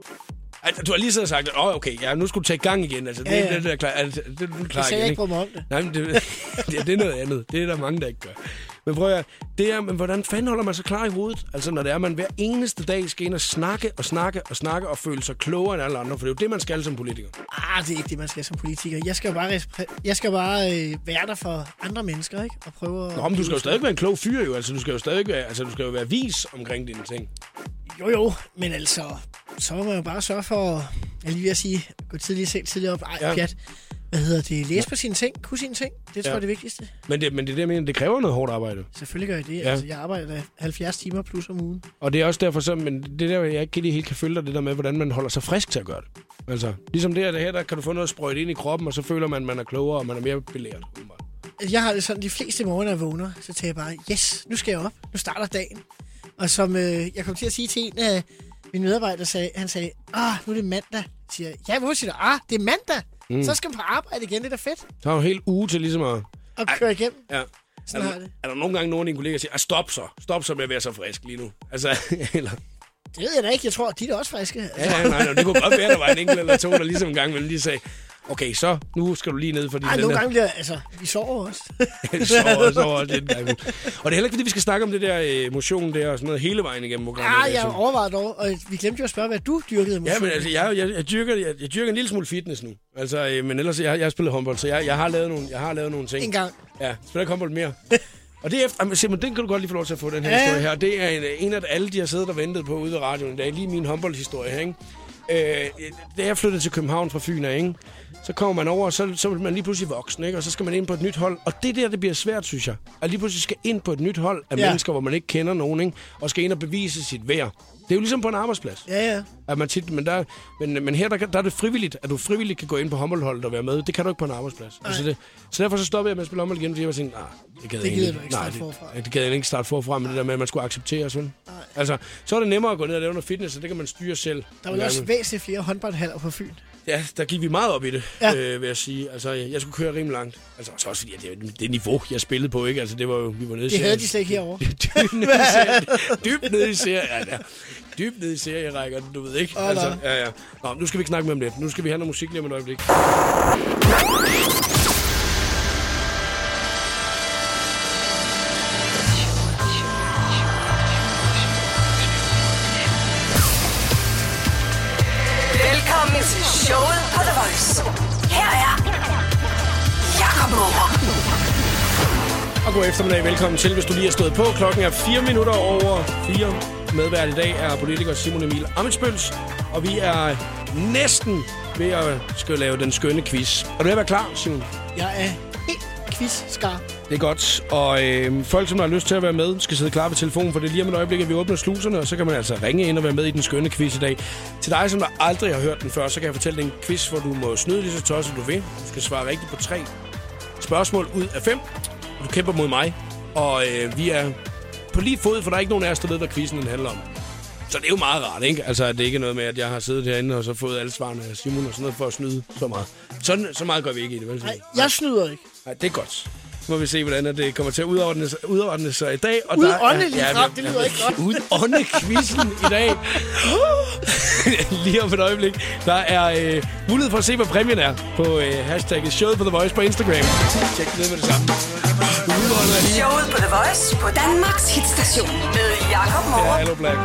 Du har lige siddet og sagt, at oh, okay, ja, nu skulle du tage gang igen. Altså, det, ja, ja. det, det, er klar, altså, det, det er klar jeg sagde igen, ikke på mig om det. Nej, men det, det, det er noget andet. Det er der mange, der ikke gør. Men prøv at det er, men hvordan fanden holder man sig klar i hovedet? Altså, når det er, man hver eneste dag skal ind og snakke og snakke og snakke og føle sig klogere end alle andre. For det er jo det, man skal som politiker. Ah, det er ikke det, man skal som politiker. Jeg skal bare, jeg skal bare øh, være der for andre mennesker, ikke? Og prøve at... Nå, men du skal jo stadig være en klog fyr, jo. Altså, du skal jo stadig være, altså, du skal jo være vis omkring dine ting. Jo, jo. Men altså, så må man jo bare sørge for, jeg lige vil sige, gå tidligt sent, tidligt op. Ej, ja. Pjat. Hvad hedder det? Læse ja. på sine ting, kunne sine ting. Det tror jeg ja. er det vigtigste. Men det, men det er det, jeg mener, det kræver noget hårdt arbejde. Selvfølgelig gør jeg det. Ja. Altså, jeg arbejder halvfjerds timer plus om ugen. Og det er også derfor, så, men det der, jeg ikke helt kan følge dig, det der med, hvordan man holder sig frisk til at gøre det. Altså, ligesom det her, det her, der kan du få noget sprøjt ind i kroppen, og så føler man, at man er klogere, og man er mere belært. Jeg har det sådan, de fleste morgener, jeg vågner, så tager jeg bare, yes, nu skal jeg op. Nu starter dagen. Og som øh, jeg kom til at sige til en af mine medarbejdere, sagde, han sagde, ah, nu er det mandag. Jeg siger, ja, hvorfor siger du, ah, det er mandag? Mm. Så skal man på arbejde igen, det er da fedt. Så har du en hel uge til ligesom at... Og køre igennem. Ja. Sådan er, har det. Er der nogle gange nogen af dine kollegaer, der siger, stop så. Stop så med at være så frisk lige nu. Altså, eller... Det ved jeg da ikke. Jeg tror, de er da også friske. Altså. Ja, nej, nej, det kunne godt være, der var en enkelt eller to, der ligesom en gang mellem lige sagde, okay, så nu skal du lige ned for din... Ej, nogle gange bliver... Altså, vi sover også. vi sover, sover også lidt gang. Og det er heller ikke, fordi vi skal snakke om det der øh, motion der og sådan noget hele vejen igennem programmet. Ja, jeg overvejede dog, og vi glemte jo at spørge, hvad du dyrkede motion. Ja, men altså, jeg, jeg, jeg, dyrker, jeg, jeg dyrker en lille smule fitness nu. Altså, øh, men ellers, jeg, jeg har spillet håndbold, så jeg, jeg, har lavet nogle, jeg har lavet nogle ting. En gang. Ja, spiller ikke håndbold mere. Og det er efter... Simon, den kan du godt lige få lov til at få, den her ja. historie her. Det er en, en af alle, de har siddet og ventet på ude ved radioen i dag. Lige min håndboldhistorie her, ikke? Øh, da jeg flyttede til København fra Fyn, ikke? Så kommer man over, og så, så er man lige pludselig voksen, ikke? Og så skal man ind på et nyt hold. Og det der, det bliver svært, synes jeg. At lige pludselig skal ind på et nyt hold af ja. mennesker, hvor man ikke kender nogen, ikke? Og skal ind og bevise sit værd. Det er jo ligesom på en arbejdsplads. Ja, ja. At man tit, men, der, men, men her der, der er det frivilligt, at du frivilligt kan gå ind på håndboldholdet og være med. Det kan du ikke på en arbejdsplads. Altså det, så derfor så stoppede jeg med at spille håndbold igen, fordi jeg var sådan, nej, det gad det jeg ikke. ikke starte forfra. Det, det gad jeg ikke starte forfra med det der med, at man skulle acceptere sådan. Nej. Altså, så er det nemmere at gå ned og lave noget fitness, så det kan man styre selv. Der var også væsentligt flere håndboldhaller på Fyn. Ja, der gik vi meget op i det, ja. øh, vil jeg sige. Altså, jeg, jeg skulle køre rimelig langt. Altså, også fordi at det, det niveau, jeg spillede på, ikke? Altså, det var jo, vi var nede i det havde de slet ikke herovre. Dybt nede i serien. Dybt nede i serien, ja. Dybt nede i serierækker, du ved ikke. Oh, altså, ja, ja. Nå, nu skal vi ikke snakke mere om det. Nu skal vi have noget musik lige om et øjeblik. Velkommen til showet på The Voice. Her er Jakob Morup. Og god eftermiddag, velkommen til, hvis du lige er stået på. Klokken er fire minutter over fire. Medvært i dag er politiker Simon Emil Ammitzbøll, og vi er næsten ved at skal lave den skønne quiz. Er du ved at være klar, Simon? Jeg er helt quiz-skarp. Det er godt, og øh, folk, som har lyst til at være med, skal sidde klar ved telefonen, for det er lige om et øjeblik, at vi åbner sluserne, og så kan man altså ringe ind og være med i den skønne quiz i dag. Til dig, som der aldrig har hørt den før, så kan jeg fortælle dig en quiz, hvor du må snyde lige så tosset du vil. Du skal svare rigtigt på tre spørgsmål ud af fem, og du kæmper mod mig, og øh, vi er på lige fod, for der er ikke nogen af os, der ved, hvad quizzen handler om. Så det er jo meget rart, ikke? Altså, at det ikke er noget med, at jeg har siddet herinde og så fået alle svarene af Simon og sådan noget for at snyde så meget. Sådan, så meget gør vi ikke i det, vel? Nej, jeg snyder ikke. Nej, det er godt. Så må vi se, hvordan det kommer til at udordne sig, udordne sig i dag. Og udånde lige ja, frem, det lyder ikke godt. Udånde quizzen i dag. Lige om et øjeblik. Der er øh, mulighed for at se, hvad præmien er på øh, hashtagget showet på The Voice på Instagram. Tjek det med det samme. Showet på The Voice på Danmarks hitstation med Jakob Morup. Ja, Hello Black.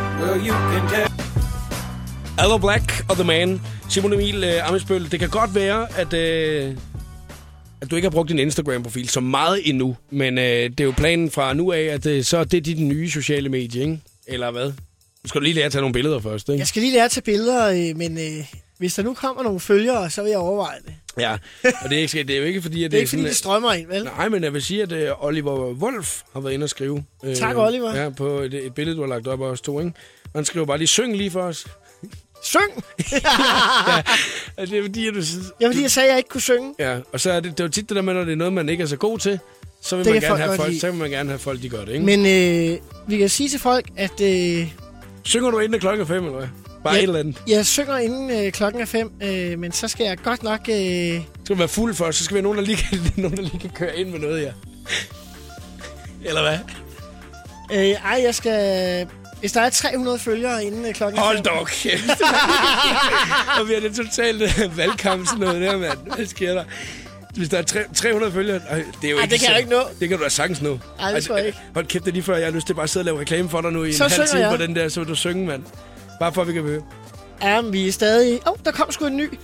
Hello Black og The Man. Simon Emil uh, Ammitzbøll. Det kan godt være, at... Uh, at du ikke har brugt din Instagram-profil så meget endnu, men øh, det er jo planen fra nu af, at øh, så er det dit nye sociale medie, ikke? Eller hvad? Du skal lige lære at tage nogle billeder først, ikke? Jeg skal lige lære at tage billeder, øh, men øh, hvis der nu kommer nogle følgere, så vil jeg overveje det. Ja, og det er, ikke, det er jo ikke fordi, at det, det er ikke sådan, fordi, det strømmer ind, vel? Nej, men jeg vil sige, at uh, Oliver Wolf har været inde og skrive. Tak, øh, Oliver. Ja, på et, et billede, du har lagt op af os to, ikke? Man skriver bare lige, syng lige for os. Syng? Ja, altså, det er fordi, at du... Ja, fordi jeg sagde, at jeg ikke kunne synge. Ja, og så er det, det er jo tit det der med, når det er noget, man ikke er så god til, så vil, man gerne, have folk, så vil man gerne have folk, de gør det, ikke? Men øh, vi kan sige til folk, at... Øh, synger du inden klokken fem, eller hvad? Bare jeg, et eller andet. Jeg synger inden øh, klokken er fem, øh, men så skal jeg godt nok... Øh... Skal du være fuld for, så skal vi have nogen, der lige kan, nogen, der lige kan køre ind med noget, ja. Eller hvad? Øh, ej, jeg skal... Hvis der er tre hundrede følgere inden øh, klokken... Hold da kæft. Og vi har det totalt øh, valgkamp sådan noget der, mand. Hvad sker der? Hvis der er tre hundrede følgere... Øh, det er jo ej, ikke det kan jeg ikke nå. Det kan du da sagtens nå. Nej, det tror jeg ikke. Hold kæft, det er lige før, jeg har lyst til bare at sidde og lave reklame for dig nu i så en halv time jeg. på den der, så vil du synge, mand. Bare for, at vi kan høre. Ja, men vi er stadig... Åh, oh, der kom sgu en ny.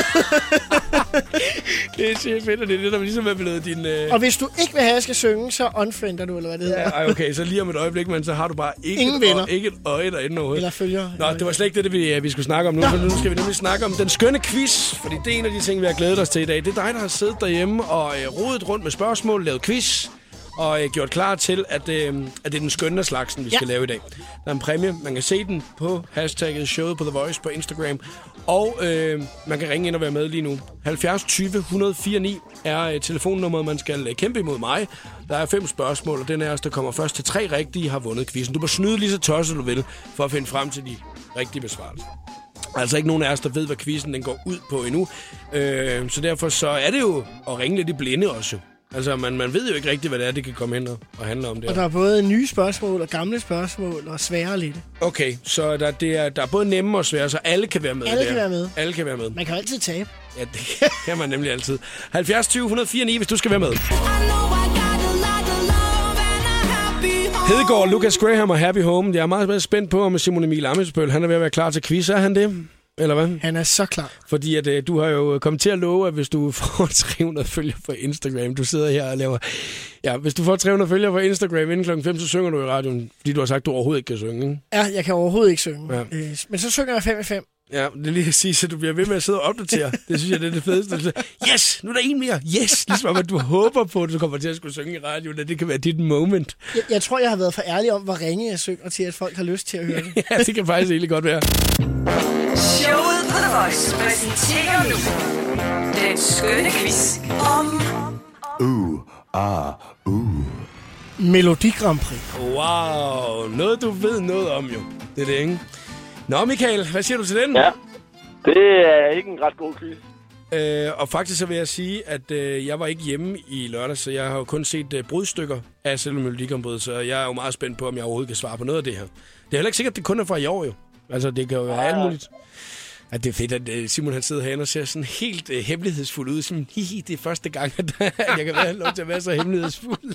Det er så fedt, og det er det, der ligesom er blevet din... Øh... Og hvis du ikke vil have, at jeg skal synge, så unfriender du, eller hvad det hedder. Ja, ej, okay, så lige om et øjeblik, men så har du bare ikke, ingen venner. Og, ikke et øje derinde overhovedet. Eller følger. Nå, det var slet ikke det, vi, vi skulle snakke om nu, for nu skal vi nemlig snakke om den skønne quiz, fordi det er en af de ting, vi har glædet os til i dag. Det er dig, der har siddet derhjemme og øh, rodet rundt med spørgsmål, lavet quiz, og øh, gjort klar til, at, øh, at det er den skønne slagsen, vi ja. skal lave i dag. Der er en præmie. Man kan se den på hashtagget showet på The Voice på Instagram. Og øh, man kan ringe ind og være med lige nu. halvfjerds tyve et nul fire ni er øh, telefonnummeret, man skal øh, kæmpe imod mig. Der er fem spørgsmål, og den af os, der kommer først til tre rigtige, har vundet quizzen. Du må snyde lige så tosset, du vil, for at finde frem til de rigtige besvarelser. Altså ikke nogen af os, der ved, hvad quizzen den går ud på endnu. Øh, så derfor så er det jo at ringe lidt i blinde også. Altså, man, man ved jo ikke rigtigt, hvad det er, det kan komme hen og, og handle om det. Og der er både nye spørgsmål og gamle spørgsmål og svære lidt. Okay, så der, det er, der er både nemme og svære, så alle kan være med. Alle der. kan være med. Alle kan være med. Man kan jo altid tabe. Ja, det kan man nemlig altid. halvfjerds tyve et nul fire ni, hvis du skal være med. Hedegaard, Lucas Graham og Happy Home. Jeg er meget, meget spændt på, om Simon Emil Amitsbøl, han er ved at være klar til quiz. Er han det? Eller hvad? Han er så klar. Fordi at, uh, du har jo kommet til at love, at hvis du får tre hundrede følgere på Instagram, du sidder her og laver... Ja, hvis du får tre hundrede følgere på Instagram inden klokken fem, så synger du i radioen, fordi du har sagt, at du overhovedet ikke kan synge, ikke? Ja, jeg kan overhovedet ikke synge. Ja. Øh, men så synger jeg fem i fem. Ja, det er lige at sige, så du bliver ved med at sidde og opdatere. Det synes jeg, det er det fedeste. Yes, nu er der en mere. Yes, ligesom at du håber på, at du kommer til at skulle synge i radioen, at det kan være dit moment. Jeg, jeg tror, jeg har været for ærlig om, hvor ringe jeg synger til, at folk har lyst til at høre det. Ja, det kan faktisk egentlig godt være. Showet på The Voice præsenterer nu den skønne quiz om... Uh, ah, uh. Melodi Grand Prix. Wow, noget du ved noget om jo. Det er det, ikke? Nå, Michael, hvad siger du til den? Ja, det er ikke en ret god quiz. Øh, og faktisk så vil jeg sige, at øh, jeg var ikke hjemme i lørdag, så jeg har jo kun set øh, brudstykker af selve Melodi Grand Prix, så jeg er jo meget spændt på, om jeg overhovedet kan svare på noget af det her. Det er heller ikke sikkert, at det kun er fra i år jo. Altså, det kan jo være alt muligt. Ja, det er fedt, at uh, Simon han sidder herinde og ser sådan helt uh, hemmelighedsfuld ud. Sådan, hihi, det er første gang, at jeg kan være lov til at være så hemmelighedsfuld.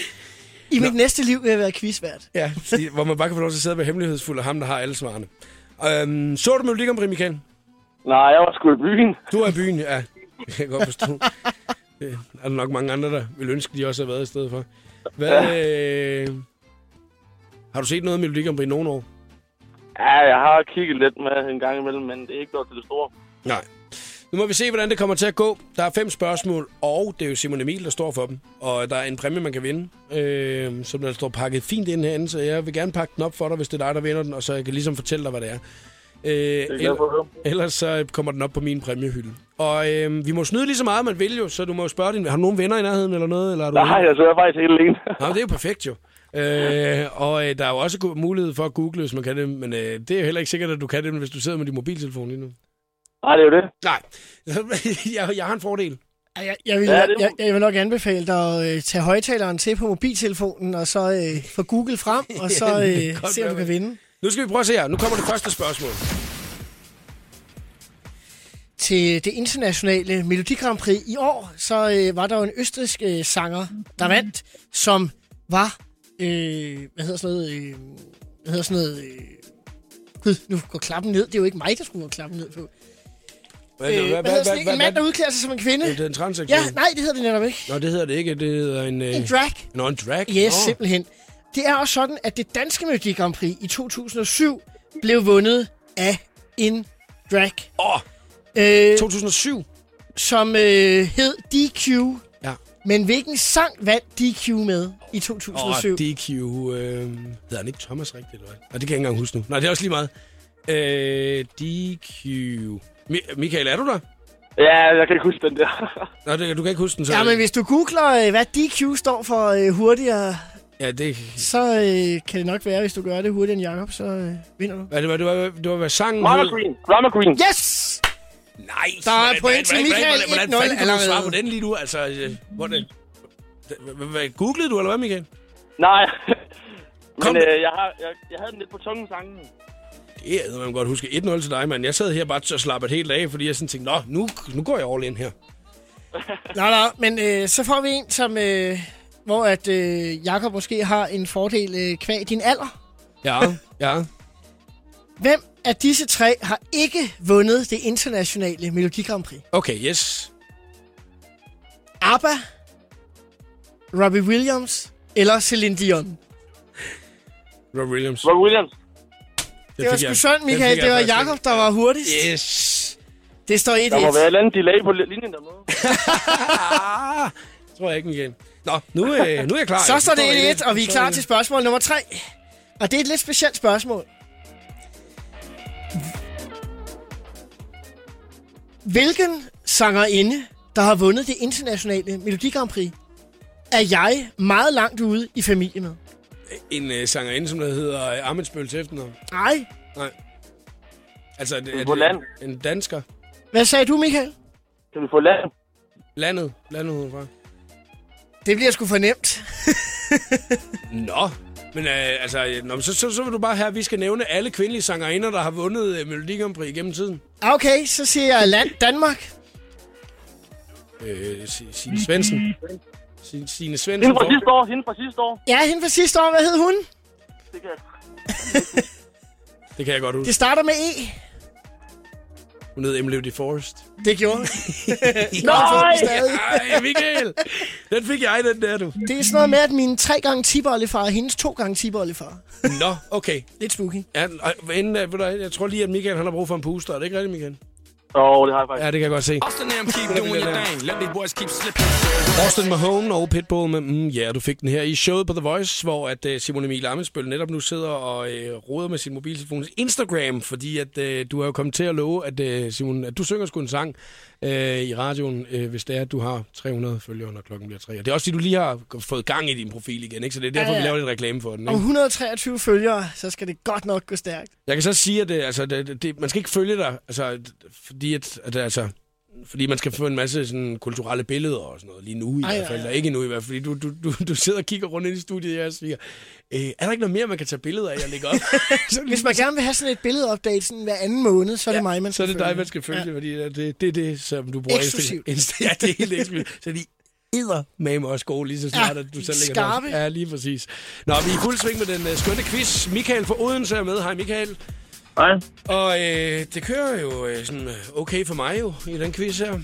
I mit Nå. næste liv vil jeg være quizvært. Ja, hvor man bare kan få lov til at sidde og være hemmelighedsfuld, og ham, der har alle svarene. Um, så du Melodi Grand Prix, Michael? Nej, jeg var sgu i byen. Du er i byen, ja. Det kan jeg godt forstå. Det er der nok mange andre, der vil ønske, de også har været i stedet for. Hvad, ja. øh, har du set noget af Melodi Grand Prix i nogle år? Ja, jeg har kigget lidt med en gang imellem, men det er ikke noget til det store. Nej. Nu må vi se, hvordan det kommer til at gå. Der er fem spørgsmål, og det er jo Simon Emil, der står for dem. Og der er en præmie, man kan vinde, øh, som der står pakket fint ind herinde. Så jeg vil gerne pakke den op for dig, hvis det er dig, der vinder den, og så jeg kan ligesom fortælle dig, hvad det er. Øh, det er eller, ellers så kommer den op på min præmiehylde. Og øh, vi må snyde lige så meget, man vil jo, så du må jo spørge din... Har du nogen venner i nærheden eller noget? Eller er du Nej, jeg sidder faktisk helt alene. Nå, det er jo perfekt jo. Øh, og øh, der er jo også mulighed for at google, hvis man kan det, men øh, det er jo heller ikke sikkert, at du kan det, hvis du sidder med din mobiltelefon lige nu. Nej, det er jo det. Nej, jeg, jeg har en fordel. Jeg, jeg, vil, ja, jeg, jeg vil nok anbefale dig at øh, tage højtaleren til på mobiltelefonen, og så øh, få Google frem, og så øh, se, om du kan vinde. Nu skal vi prøve at se her. Nu kommer det første spørgsmål. Til det internationale Melodi Grand Prix i år, så øh, var der jo en østrigsk øh, sanger, der vandt, som var, øh, hvad hedder sådan noget, øh, hvad hedder sådan noget, øh, gud, nu går klappen ned. Det er jo ikke mig, der skulle gå klappen ned på. Hvad, øh, hvad, hvad hedder sådan en mand, der udklæder sig som en kvinde? Det er en transseksuel. Ja, nej, det hedder det netop ikke. Nå, det hedder det ikke. Det hedder en... Øh... En drag. Nå, en drag? Yes, oh. simpelthen. Det er også sådan, at det danske Melodi Grand Prix i to tusind og syv blev vundet af en drag. Åh! Oh. Øh, to tusind og syv. Som øh, hed D Q. Ja. Men hvilken sang vandt D Q med i to tusind og syv? Åh, D Q... Øh, hedder han ikke Thomas rigtigt, eller hvad? Nej, det kan jeg ikke engang huske nu. Nej, det er også lige meget. Øh, D Q... Mi- Michael, er du der? Ja, jeg kan ikke huske den der. Nå, det, du kan ikke huske den, så... Ja, men hvis du googler, hvad D Q står for øh, hurtigere... Ja, det... Så øh, kan det nok være, hvis du gør det hurtigere end Jacob, så øh, vinder du. Hvad det var, det var, det var, hvad sangen Drama hed? Queen. Drama Queen. Yes! Nej, der er point til Michael. Hvordan fanden kan du svare på den lige nu? Altså, øh, hvordan... Googlede du, eller hvad, Michael? Nej, men øh, jeg, har, jeg, jeg havde den lidt på tungen, sangen. Det er man godt huske. et nul til dig, mand. Jeg sad her bare og slappede helt af, fordi jeg sådan tænkte, nå, nu, nu går jeg all in her. Nå, nå, men øh, så får vi en, som, øh, hvor at øh, Jacob måske har en fordel øh, kvæg din alder. Ja, ja. Hvem af disse tre har ikke vundet det internationale Melodi Grand Prix? Okay, yes. ABBA, Robbie Williams eller Celine Dion? Robbie Williams. Robbie Williams. Det, det var sgu synd, Michael. Det var Jacob, der var hurtigst. Yes. Det står et et. Der må være et eller andet delay på linjen dernede. Tror jeg ikke, Michael. Nå, nu, øh, nu er jeg klar. Så står det et et, og vi er klar til spørgsmål nummer tre. Og det er et lidt specielt spørgsmål. Hvilken sangerinde, der har vundet det internationale Melodi Grand Prix, er jeg meget langt ude i familie med? En øh, sangerinde, som der hedder øh, Amitsbøl til efternavn. Nej. Nej. Altså, er det, På land. en dansker? Hvad sagde du, Michael? Kan vi få land? Landet. Landet herfra. Det bliver sgu for nemt. Nå. Men øh, altså, nå, så, så, så vil du bare have, at vi skal nævne alle kvindelige sangerinder, der har vundet øh, Melodi Grand Prix gennem tiden. Okay, så siger jeg land Danmark. Øh, Signe Svendsen. Signe Svendsen. Hende fra sidste år. Hende fra sidste år. Ja, hende fra sidste år. Hvad hed hun? Det kan jeg. Det kan jeg godt huske. Det starter med E. Hun hed Emily DeForest. Det gjorde Nej! Ej, Michael! Den fik jeg, den der, du. Det er sådan noget med, at min tre gange tipoldefar er hendes to gange tipoldefar. Nå, okay. Lidt spooky. Ja, inden, ved du, jeg tror lige, at Michael han har brug for en puster. Er det ikke rigtigt, Michael? Åh, oh, det har jeg faktisk. Ja, det kan jeg godt se. Austin Mahone og Pitbull med mm, ja, du fik den her i showet på The Voice, hvor at uh, Simon Emil Amitsbøl netop nu sidder og uh, roder med sin mobiltelefons Instagram, fordi at uh, du har jo kommet til at love, at uh, Simon, at du synger sgu en sang uh, i radioen, uh, hvis det er, at du har tre hundrede følgere, når klokken bliver tre. Og det er også, fordi du lige har fået gang i din profil igen, ikke? Så det er derfor, ja, ja. vi laver lidt reklame for den. Ikke? Om et hundrede og treogtyve følgere, så skal det godt nok gå stærkt. Jeg kan så sige, at det, altså, det, det, man skal ikke følge dig, altså, fordi at, at altså, fordi man skal få en masse sådan, kulturelle billeder og sådan noget, lige nu i Ej, hvert fald. Ja, ja. Ikke nu i hvert fald, fordi du, du, du, du sidder og kigger rundt ind i studiet og siger, øh, er der ikke noget mere, man kan tage billeder af, jeg lægger op? så, Hvis man gerne vil have sådan et billedupdate sådan hver anden måned, så er det ja, mig, man skal følge. Så er det følge. dig, man skal følge, ja. Fordi det er det, det, det, som du bruger. Eksklusivt. Insta- ja, det er helt eksklusivt. Så de æder med mig også gode, lige så snart, ja, at du selv lægger skarpe. Ja, lige præcis. Nå, vi er i fuld sving med den uh, skønne quiz. Michael fra Odense er med. Hej, Michael. Hej. Og øh, det kører jo øh, sådan okay for mig jo, i den quiz her.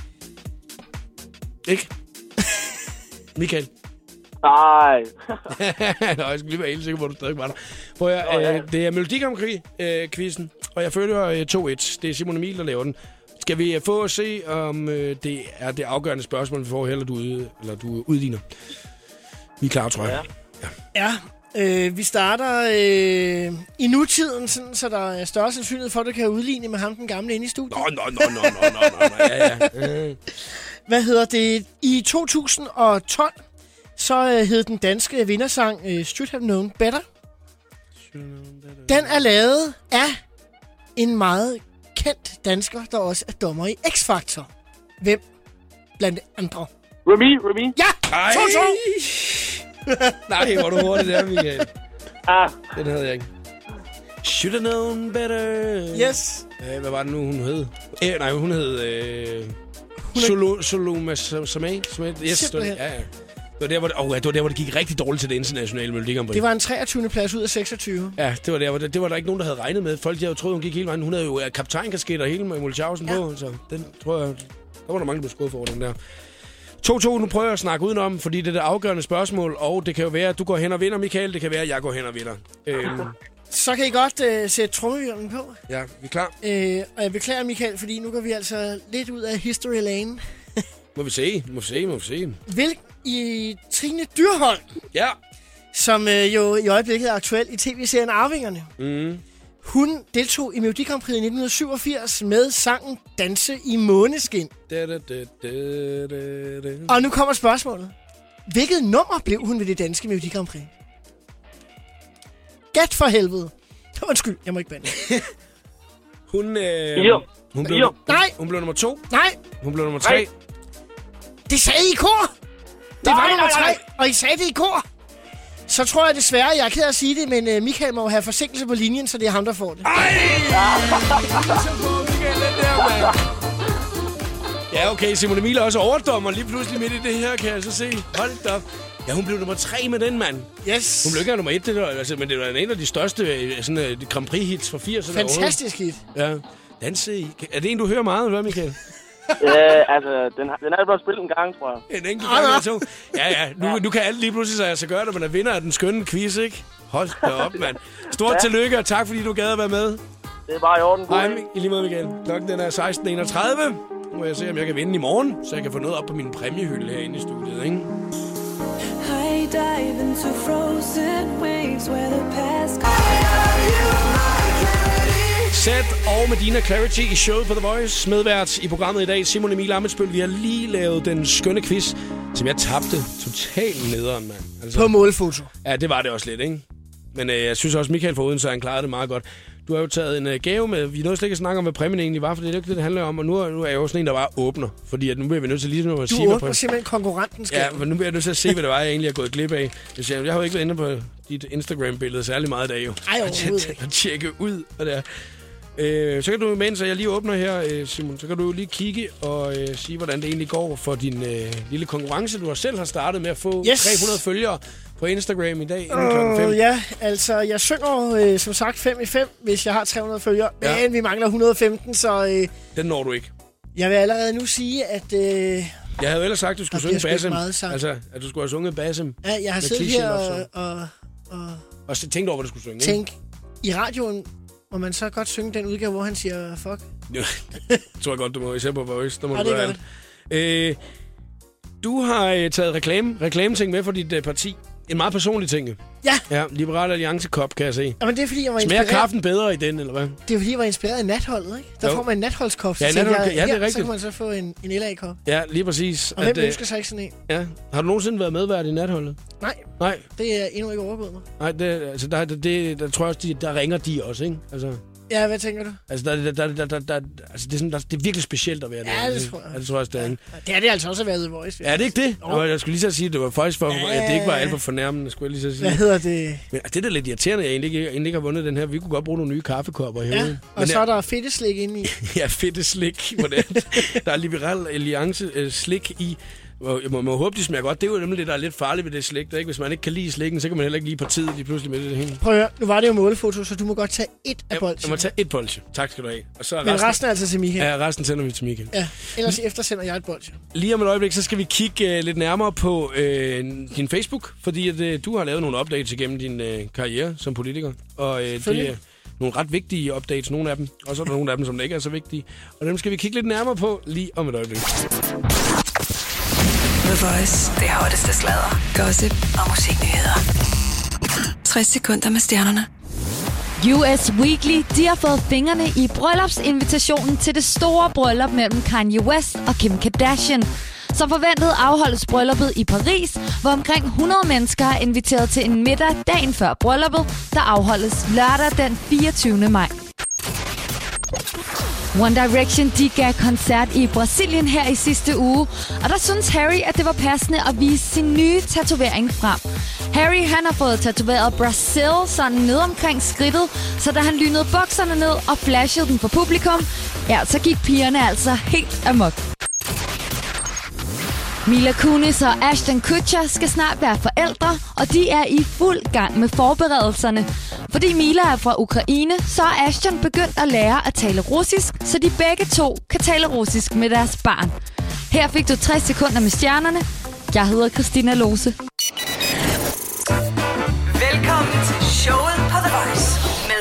Ikke? Michael? Nej. Nå, jeg skal lige være helt sikker på, at du stadig var der. Prøv at, øh, ja. Det er Melodi Grand Prix-quizzen, øh, og jeg følger øh, to et. Det er Simon Emil, der laver den. Skal vi få at se, om øh, det er det afgørende spørgsmål, vi får, eller du, ude, eller du udligner? Vi er klar, tror jeg. Ja. ja. Øh, vi starter øh, i nutiden, sådan, så der er større sandsynlighed for, at du kan udligne med ham den gamle inde i studiet. Nå, nå, nå, nå, nå, nå, nå, ja, ja. Hvad hedder det? I to tusind og tolv, så øh, hed den danske vindersang øh, Should Have Known Better. Den er lavet af en meget kendt dansker, der også er dommer i X-Factor. Hvem blandt andre? Remy, Remy. Ja, to to. Nej, hvor du hurtigt der, Michael. Ah. Den havde jeg ikke. Should have known better. Yes. Æh, hvad var det nu, hun hed? Æh, nej, hun hed... Øh, Solo, Soloma Samay. Yes, det var, ja, ja. Det var, der, hvor det, oh, det var der, hvor det gik rigtig dårligt til det internationale Melodi Grand Prix. Det var en treogtyvende plads ud af seksogtyve. Ja, det var der, hvor det, det var der ikke nogen, der havde regnet med. Folk, de havde jo troet, hun gik hele vejen. Hun havde jo kaptajnkasket og hele med Mulchausen ja. på, så den tror jeg... Der var der mange, der blev skuffet over den der. to to, nu prøver jeg at snakke udenom, fordi det er det afgørende spørgsmål, og det kan jo være, at du går hen og vinder, Michael. Det kan være, at jeg går hen og vinder. Øhm, Så kan I godt øh, sætte trommevirvlen på. Ja, vi er klar. Øh, og jeg beklager, Michael, fordi nu går vi altså lidt ud af History Lane. Må vi se, må vi se, må vi se. Vil i Trine Dyrholm, ja. som øh, jo i øjeblikket er aktuel i tv-serien Arvingerne. Mm. Hun deltog i Melodi Grand Prix i nitten syvogfirs med sangen Danse i Måneskin. Da, da, da, da, da, da. Og nu kommer spørgsmålet. Hvilket nummer blev hun ved det danske Melodi Grand Prix? Gæt for helvede. Undskyld, jeg må ikke bande. hun, øh, jo. hun, blev, jo. hun, Nej. hun blev nummer to. Nej. Hun blev nummer tre. Nej. Det sagde I i kor. Det Nej, var nummer nej, tre, nej. og I sagde det i kor. Så tror jeg desværre, jeg er ked af at sige det, men uh, Michael må have forsinkelse på linjen, så det er ham, der får det. Ej! Ja, okay, Simon Emil er også overdommer lige pludselig midt i det her, kan jeg så se. Hold da op. Ja, hun blev nummer tre med den, mand. Yes. Hun blev ikke nummer et, det der, altså, men det var en af de største sådan, uh, Grand Prix-hits fra firserne. Fantastisk hit. Ja. Danse i... Er det en, du hører meget, eller hvad, Michael? øh, altså, den, den er blevet spillet en gang, tror jeg. En enkelt gang eller to. Ja, ja. Nu, ja. nu kan alt lige pludselig så, så gøre det, men er vinder af den skønne quiz, ikke? Hold da op, mand. Stort ja. tillykke, og tak fordi du gad at være med. Det er bare i orden. Hej, i lige måde, Michael. Klokken den er seksten enogtredive. Nu må jeg se, om jeg kan vinde i morgen, så jeg kan få noget op på min præmiehylde herinde i studiet, ikke? I dive into frozen waves where the past Seth og Medina Clarity i showet på The Voice. Medvært i programmet i dag, Simon Emil Amitsbøl. Vi har lige lavet den skønne quiz, som jeg tabte totalt nederen, mand. Altså, på målfoto. Ja, det var det også lidt, ikke? Men øh, jeg synes også, Michael fra Odense, han klarede det meget godt. Du har jo taget en øh, gave med. Vi nåede slet ikke at snakke om, hvad præmien egentlig var, for det er ikke det, det handler om. Og nu, nu er jeg jo sådan en, der bare åbner. Fordi at nu bliver vi nødt til lige at sige... Du åbner simpelthen konkurrentens gave. Ja, men nu bliver jeg nødt til at se, hvad det var, jeg egentlig har gået glip af. Jeg har jo ikke været inde på dit Instagram-billede særlig meget i dag, jo. Ej, overhovedet ikke. At tjekke ud, hvad det er. Øh, så kan du, mens jeg lige åbner her, øh, Simon, så kan du lige kigge og øh, sige, hvordan det egentlig går for din øh, lille konkurrence, du har selv har startet med at få yes. tre hundrede følgere på Instagram i dag inden klokken fem. Ja, altså jeg synger øh, som sagt fem i fem, hvis jeg har tre hundrede følgere, ja. Men vi mangler et hundrede og femten, så... Øh, den når du ikke. Jeg vil allerede nu sige, at... Øh, jeg havde ellers sagt, at du skulle synge Bassem. Altså, at du skulle have sunget Bassem. Ja, jeg har siddet her og, og, og... Og tænkt over, hvad du skulle synge. Tænk, i radioen må man så godt synge den udgave, hvor han siger fuck. Ja, det tror jeg godt, du må. Især på Voice. Der må ja, du gøre det. Øh, du har øh, taget reklame, reklame-ting med for dit øh, parti. En meget personlig ting. Ja. Ja, Liberal Alliance-kop, kan jeg se. Ja, men det er, fordi jeg var Smager inspireret... kaffen bedre i den, eller hvad? Det er, fordi jeg var inspireret af natholdet, ikke? Der jo. får man en natholdskop. Ja, nathold... jeg, ja, det er her, rigtigt. Så kan man så få en, en L A-kop. Ja, lige præcis. Og hvem ønsker sig ikke sådan en? Ja. Har du nogensinde været medvært i natholdet? Nej. Nej. Det er endnu ikke overgået mig. Nej, det, altså, der, der, det, der tror jeg også, de, der ringer de også, ikke? Altså... Ja, hvad tænker du? Altså, der, der, der, der, der, altså det, er sådan, der, det er virkelig specielt at være der. Ja, det tror jeg. Ja, det tror jeg også, det er. Ja, det er det altså også at være The Voice. Ja, det er ikke det? Oh. Jeg skulle lige så sige, at det var faktisk for, ja, at det ikke var alt for fornærmende, skulle jeg lige så sige. Hvad hedder det? Men det er da lidt irriterende, at jeg egentlig ikke, jeg egentlig ikke har vundet den her. Vi kunne godt bruge nogle nye kaffekopper i hovedet. Ja, og men så er der fedteslik inde i. Ja, fedteslik. Der er Liberal Alliance øh, slik i. Jeg må, må håbe, de smager godt. Det er jo nemlig det, der er lidt farligt ved det slik. Der, ikke? Hvis man ikke kan lide slikken, så kan man heller ikke lide partiet lige pludselig med det, det hænger. Prøv at høre, nu var det jo målefoto, så du må godt tage et af bolsjen. Jeg må tage et bolsje. Tak skal du have. Og så Men resten, resten er altså til Michael. Ja, resten sender vi til Michael. Ja, ellers eftersender jeg et bolsje. Lige om et øjeblik, så skal vi kigge uh, lidt nærmere på uh, din Facebook, fordi at, uh, du har lavet nogle updates igennem din uh, karriere som politiker. Og uh, det er nogle ret vigtige updates, nogle af dem. Og så er der nogle af dem, som ikke er så vigtige. Og dem skal vi kigge lidt nærmere på lige om et øjeblik. The Voice. Det hotteste sladder, gossip og musiknyheder. tres sekunder med stjernerne. U S Weekly, de har fået fingrene i bryllupsinvitationen til det store bryllup mellem Kanye West og Kim Kardashian. Som forventet afholdes brylluppet i Paris, hvor omkring hundrede mennesker er inviteret til en middag dagen før brylluppet, der afholdes lørdag den fireogtyvende maj. One Direction, de gav koncert i Brasilien her i sidste uge, og der synes Harry, at det var passende at vise sin nye tatovering frem. Harry, han har fået tatoveret Brazil sådan ned omkring skridtet, så da han lynede bukserne ned og flashede den for publikum, ja, så gik pigerne altså helt amok. Mila Kunis og Ashton Kutcher skal snart være forældre, og de er i fuld gang med forberedelserne. Fordi Mila er fra Ukraine, så er Ashton begyndt at lære at tale russisk, så de begge to kan tale russisk med deres barn. Her fik du tres sekunder med stjernerne. Jeg hedder Christina Lose. Velkommen til showet på The Voice med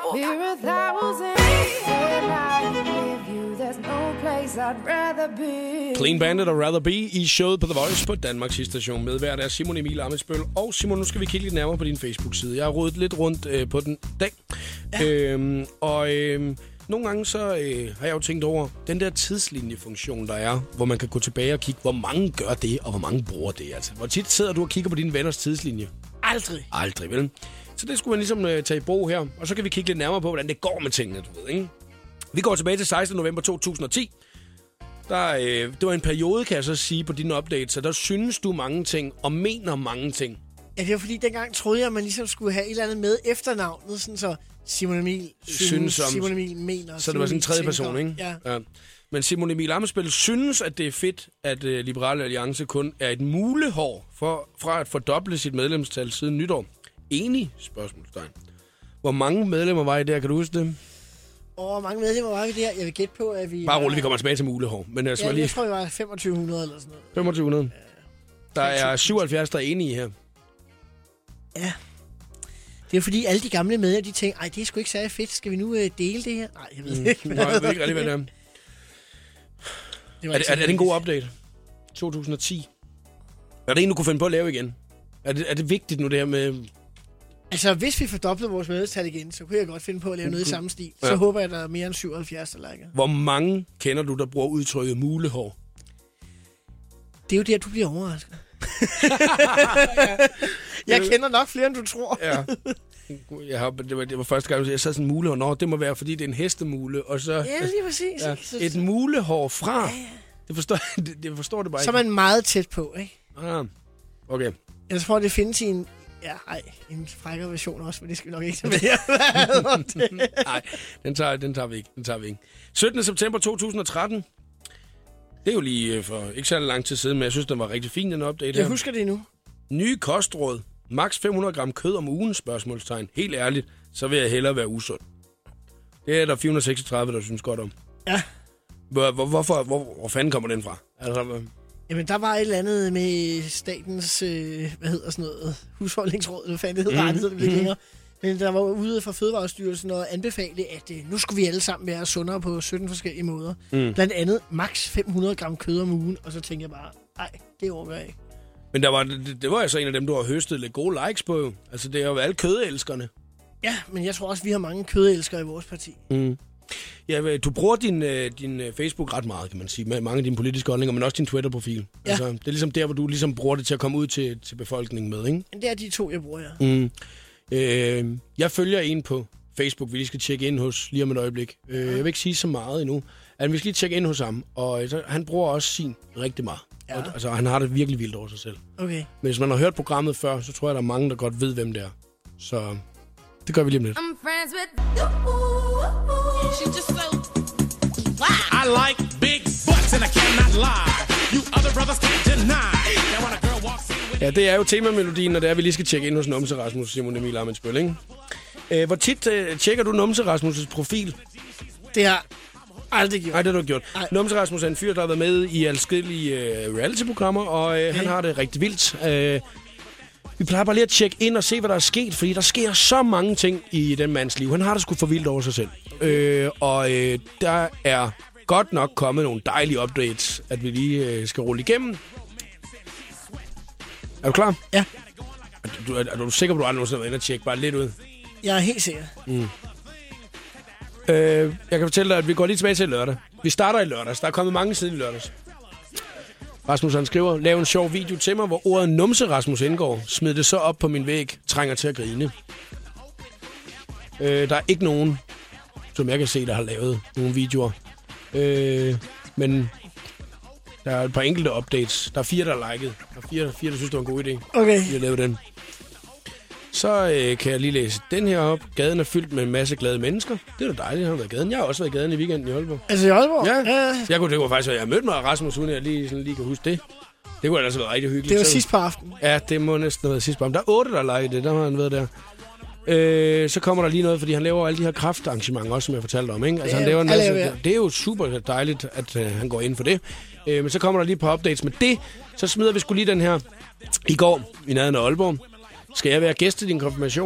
Clean Bandit og Rather Be i showet på The Voice på Danmarks station med hver der Simon Emil Ammitzbøll. Og Simon, nu skal vi kigge lidt nærmere på din Facebook-side. Jeg har rodet lidt rundt øh, på den dag. Ja. Øhm, og øh, nogle gange så øh, har jeg jo tænkt over den der tidslinjefunktion, der er, hvor man kan gå tilbage og kigge, hvor mange gør det, og hvor mange bruger det. Altså, hvor tit sidder du og kigger på dine venners tidslinje? Aldrig. Aldrig, vel? Så det skulle man ligesom øh, tage i brug her. Og så kan vi kigge lidt nærmere på, hvordan det går med tingene, du ved, ikke? Vi går tilbage til sekstende november to tusind og ti. Der, øh, det var en periode, kan jeg så sige, på dine updates, så der synes du mange ting og mener mange ting. Ja, det var fordi, dengang troede jeg, at man ligesom skulle have et eller andet med efternavnet, sådan så Simon Emil synes, synes om, Simon Emil mener. Så det var sådan en tredje person, ikke? Ja. Ja. Men Simon Emil Ammitzbøll synes, at det er fedt, at uh, Liberal Alliance kun er et mulehår for, fra at fordoble sit medlemstal siden nytår. Enig? Spørgsmålstegn. Hvor mange medlemmer var I der? Kan du huske det? Åh, mange medlemmer var vi der. Jeg vil gætte på, at vi... Bare roligt, vi kommer tilbage til mulehår. Men jeg, ja, lige... jeg tror, vi var femogtyve hundrede eller sådan noget. femogtyve hundrede? Ja. Der er syvoghalvfjerds, der er enige her. Ja. Det er fordi, alle de gamle medlemmer, de tænker, ej, det er sgu ikke særlig fedt. Skal vi nu øh, dele det her? Nej, jeg ved mm. ikke. Nej, jeg ved ikke rigtig, hvad det er. Det er, det, er, er det en god update? to tusind og ti. Er det en, du kunne finde på at lave igen? Er det, er det vigtigt nu, det her med... Altså, hvis vi fordoblede vores medlemstal igen, så kunne jeg godt finde på at lave noget i samme stil. Så ja. håber jeg, at der er mere end syvoghalvfjerds, der liker. Hvor mange kender du, der bruger udtrykket mulehår? Det er jo der, du bliver overrasket. Jeg kender nok flere, end du tror. Ja. Jeg har, det, var, det var første gang, jeg sad sådan en mulehår. Nå, det må være, fordi det er en hestemule. Og så, ja, lige præcis. Ja, et mulehår fra. Ja, ja. Det, forstår, det, det forstår det bare så ikke. Så er man meget tæt på, ikke? Ah, okay. Jeg tror, det findes i en... Ja, ej, en frækkere version også, men det skal vi nok ikke tage med. Nej, den tager, den tager vi ikke. Den tager vi ikke. syttende september to tusind og tretten. Det er jo lige for ikke så lang tid siden, men jeg synes, den var rigtig fin, den update her. Jeg husker det nu. Nye kostråd. Max fem hundrede gram kød om ugen, spørgsmålstegn. Helt ærligt, så vil jeg hellere være usund. Det er der fire hundrede og seksogtredive, der synes godt om. Ja. Hvor, hvor, hvorfor, hvor, hvor fanden kommer den fra? Altså, jamen, der var et eller andet med statens, øh, hvad hedder sådan noget, husholdningsråd, hvad fanden det hedder, mm. det hedder det lidt længere. Men der var ude fra Fødevarestyrelsen og anbefale, at øh, nu skulle vi alle sammen være sundere på sytten forskellige måder. Mm. Blandt andet maks fem hundrede gram kød om ugen, og så tænkte jeg bare, nej, det overgår jeg ikke. Men der var, det, det var altså en af dem, du har høstet lidt gode likes på. Altså, det er jo alle kødelskerne. Ja, men jeg tror også, vi har mange kødelskere i vores parti. Mm. Ja, du bruger din, din Facebook ret meget, kan man sige, med mange af dine politiske holdninger, men også din Twitter-profil. Ja. Altså, det er ligesom der, hvor du ligesom bruger det til at komme ud til, til befolkningen med, ikke? Det er de to, jeg bruger, ja. Mm. Øh, jeg følger en på Facebook, vi lige skal tjekke ind hos lige om et øjeblik. Øh, jeg vil ikke sige så meget endnu. Altså, vi skal lige tjekke ind hos ham, og så, han bruger også sin rigtig meget. Ja. Og, altså, han har det virkelig vildt over sig selv. Okay. Men hvis man har hørt programmet før, så tror jeg, der er mange, der godt ved, hvem det er. Så det gør vi lige om lidt. I'm friends with she's just so wow. I like big butts and I cannot lie. You other brothers can't deny. Now when a girl walks in with... Ja, det er jo temamelodien, og det er, vi lige skal tjekke ind hos Numse Rasmus, Simon Emil Ammitzbøll, ikke? Øh, hvor tit øh, tjekker du Numse Rasmus' profil? Det har aldrig gjort. Nej, det har du gjort. Ej. Numse Rasmus er en fyr, der har været med i adskillige øh, reality-programmer, og øh, okay. han har det rigtig vildt. Øh, vi plejer bare lige at tjekke ind og se, hvad der er sket, fordi der sker så mange ting i den mands liv. Han har det sgu for vildt over sig selv. Øh, og øh, der er godt nok kommet nogle dejlige updates, at vi lige øh, skal rulle igennem. Er du klar? Ja. Er du, er, er du sikker på, at du aldrig nogensinde har været inde og tjekke bare lidt ud? Jeg er helt sikker. Mm. Øh, jeg kan fortælle dig, at vi går lige tilbage til lørdag. Vi starter i lørdags. Der er kommet mange siden i lørdags. Rasmus han skriver, lav en sjov video til mig, hvor ordet Numse Rasmus indgår. Smid det så op på min væg. Trænger til at grine. Øh, der er ikke nogen, som jeg kan se, der har lavet nogle videoer. Øh, men der er et par enkelte updates. Der er fire, der har liket. Der er fire, fire der synes, det var en god idé. Okay. Vi har lavet den. Så øh, kan jeg lige læse den her op. Gaden er fyldt med en masse glade mennesker. Det er da dejligt, at han har været i gaden. Jeg har også været i gaden i weekenden i Aalborg. Altså i Aalborg? Ja. ja. Jeg kunne, det kunne faktisk være, at jeg mødte mig af Rasmus, uden jeg lige, sådan, lige kan huske det. Det kunne altså være rigtig hyggeligt. Det var så, sidst på aftenen. Ja, det må næsten have været sidst på aftenen. Der er otte, der leger det. Der har han været der. Øh, så kommer der lige noget, fordi han laver alle de her kraftarrangementer også, som jeg fortalte om. Ikke? Altså, han laver en masse, det, det er jo super dejligt, at øh, han går ind for det. Øh, men så kommer der lige på updates med det. Så smider vi sgu lige den her. I går, i nærheden af Aalborg, skal jeg være gæst til din konfirmation.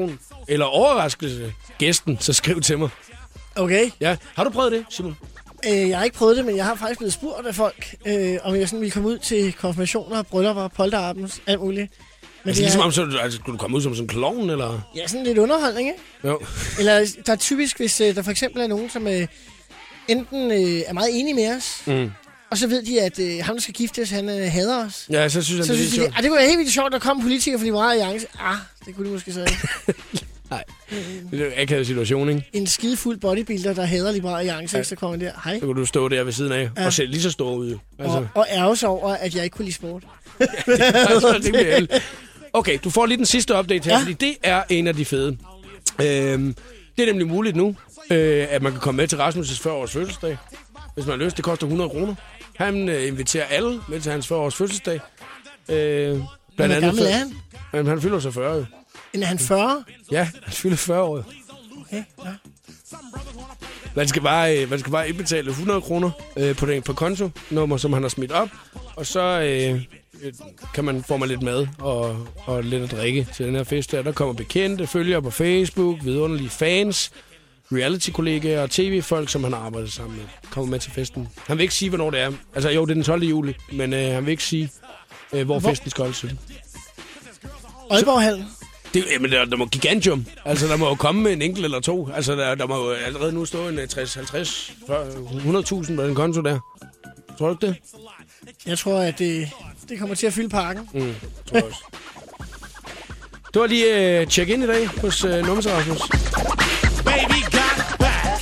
eller overraskelse gæsten, så skriv til mig. Okay. Ja. Har du prøvet det, Simon? Øh, jeg har ikke prøvet det, men jeg har faktisk blevet spurgt af folk, øh, om jeg sådan ville komme ud til konfirmationer, bryllupper, polterappen, alt muligt. Men altså, det ligesom er, om, så, altså, skulle du komme ud som sådan en klovn, eller? Ja, sådan lidt underholdning, ikke? Jo. Eller der er typisk, hvis øh, der for eksempel er nogen, som øh, enten øh, er meget enige med os, mm. og så ved de, at øh, ham, der skal giftes, han øh, hader os. Ja, så synes jeg, så det er synes sjovt. de, ah, det kunne være helt vildt sjovt, der kom politikere fra Liberale Alliance. Ah, det kunne de måske så ikke. Nej, det er en akavet situation, ikke? En skidefuld bodybuilder, der hader Liberale Alliance, ja. Så kommer der. Hej. Så kunne du stå der ved siden af, ja. Og se lige så stor ud. Altså. Og, og ærge sig over, at jeg ikke kunne lide sport. Ja, det er altså rimelig. Okay, du får lige den sidste update her, ja. Fordi det er en af de fede. Øhm, det er nemlig muligt nu, øh, at man kan komme med til Rasmus' fyrre års fødselsdag. Hvis man har lyst, det koster hundrede kroner. Han øh, inviterer alle med til hans fyrre års fødselsdag. Øh, Hvor gammel er han? Han, han fylder sig fyrre. Er han fyrre? Ja, han fylder fyrre år. Okay, ja. Man skal bare, øh, man skal bare indbetale hundrede kroner øh, på, den, på kontonummer, som han har smidt op. Og så øh, kan man få mig lidt mad og, og lidt at drikke til den her fest. Der kommer bekendte, følgere på Facebook, vidunderlige fans, reality-kollegaer og tv-folk, som han har arbejdet sammen med, kommer med til festen. Han vil ikke sige, hvornår det er. Altså jo, det er den tolvte juli, men øh, han vil ikke sige, øh, hvor, hvor festen skal holdes til. Aalborghallen? Det, jamen, der, der må gigantium. Altså, der må jo komme en enkelt eller to. Altså, der, der må jo allerede nu stå en tres, halvtreds, hundrede tusind på den konto der. Tror du ikke det? Jeg tror, at det, det kommer til at fylde parken. Mm, tror jeg også. Det var lige uh, check-in i dag hos uh, Numse Rasmus. Baby got back.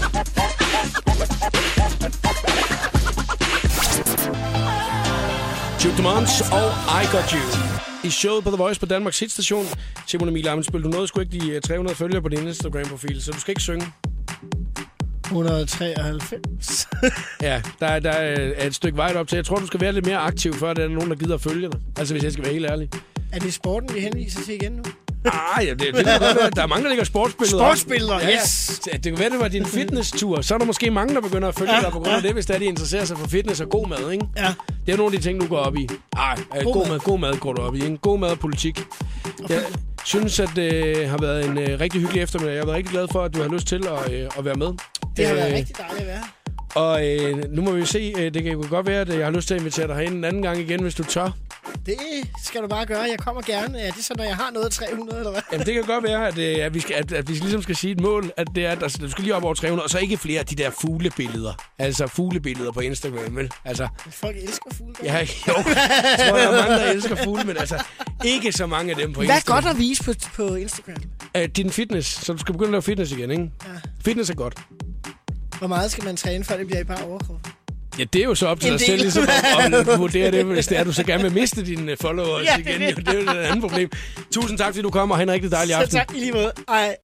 Juke Demands og I Got You. I showet på The Voice på Danmarks hitstation. Simon Emil Amensbøl, du nåede sgu ikke de tre hundrede følgere på din Instagram-profil, så du skal ikke synge. et hundrede og treoghalvfems. Ja, der, der er et stykke vej op til. Jeg tror, du skal være lidt mere aktiv, før der er nogen, der gider at følge dig. Altså, hvis jeg skal være helt ærlig. Er det sporten, vi henviser til igen nu? Ah, ja, det, det kan godt være. Der er mange, der ligger sportsbilleder. Sportsbilleder, ja, yes! Ja. Det kan være, det var din fitness-tur. Så er der måske mange, der begynder at følge ja, dig på grund af ja. det, hvis der de interesserer sig for fitness og god mad, ikke? Ja. Det er nogle af de ting, du går op i. Ej, god, god, mad. Mad, god mad går du op i. En god mad og politik. Okay. Jeg synes, at det øh, har været en øh, rigtig hyggelig eftermiddag. Jeg har været rigtig glad for, at du har lyst til at, øh, at være med. Det har været øh, rigtig dejligt at være. Og øh, nu må vi jo se. Øh, det kan jo godt være, at jeg har lyst til at invitere dig herinde en anden gang igen, hvis du tør. Det skal du bare gøre. Jeg kommer gerne. Ja, det er så, når jeg har noget tre hundrede, eller hvad? Jamen, det kan godt være, at, øh, at, vi, skal, at, at vi ligesom skal sige et mål, at det er, at altså, du skal lige op over tre hundrede, og så ikke flere af de der fuglebilleder. Altså fuglebilleder på Instagram, vel? Altså, folk elsker fugle. Ja, jo. Jeg tror, der er mange, der elsker fugle, men altså ikke så mange af dem på Hvad Instagram. Hvad er godt at vise på, på Instagram? Uh, din fitness. Så du skal begynde at lave fitness igen, ikke? Ja. Fitness er godt. Hvor meget skal man træne, før det bliver i bare overkrop? Ja, det er jo så op til dig selv, ligesom at, at vurdere det, hvis det er, du så gerne vil miste dine followers ja, igen. Jo, det er jo et andet problem. Tusind tak, fordi du kom, og have en rigtig dejlig aften. Så tak i lige måde. Ej.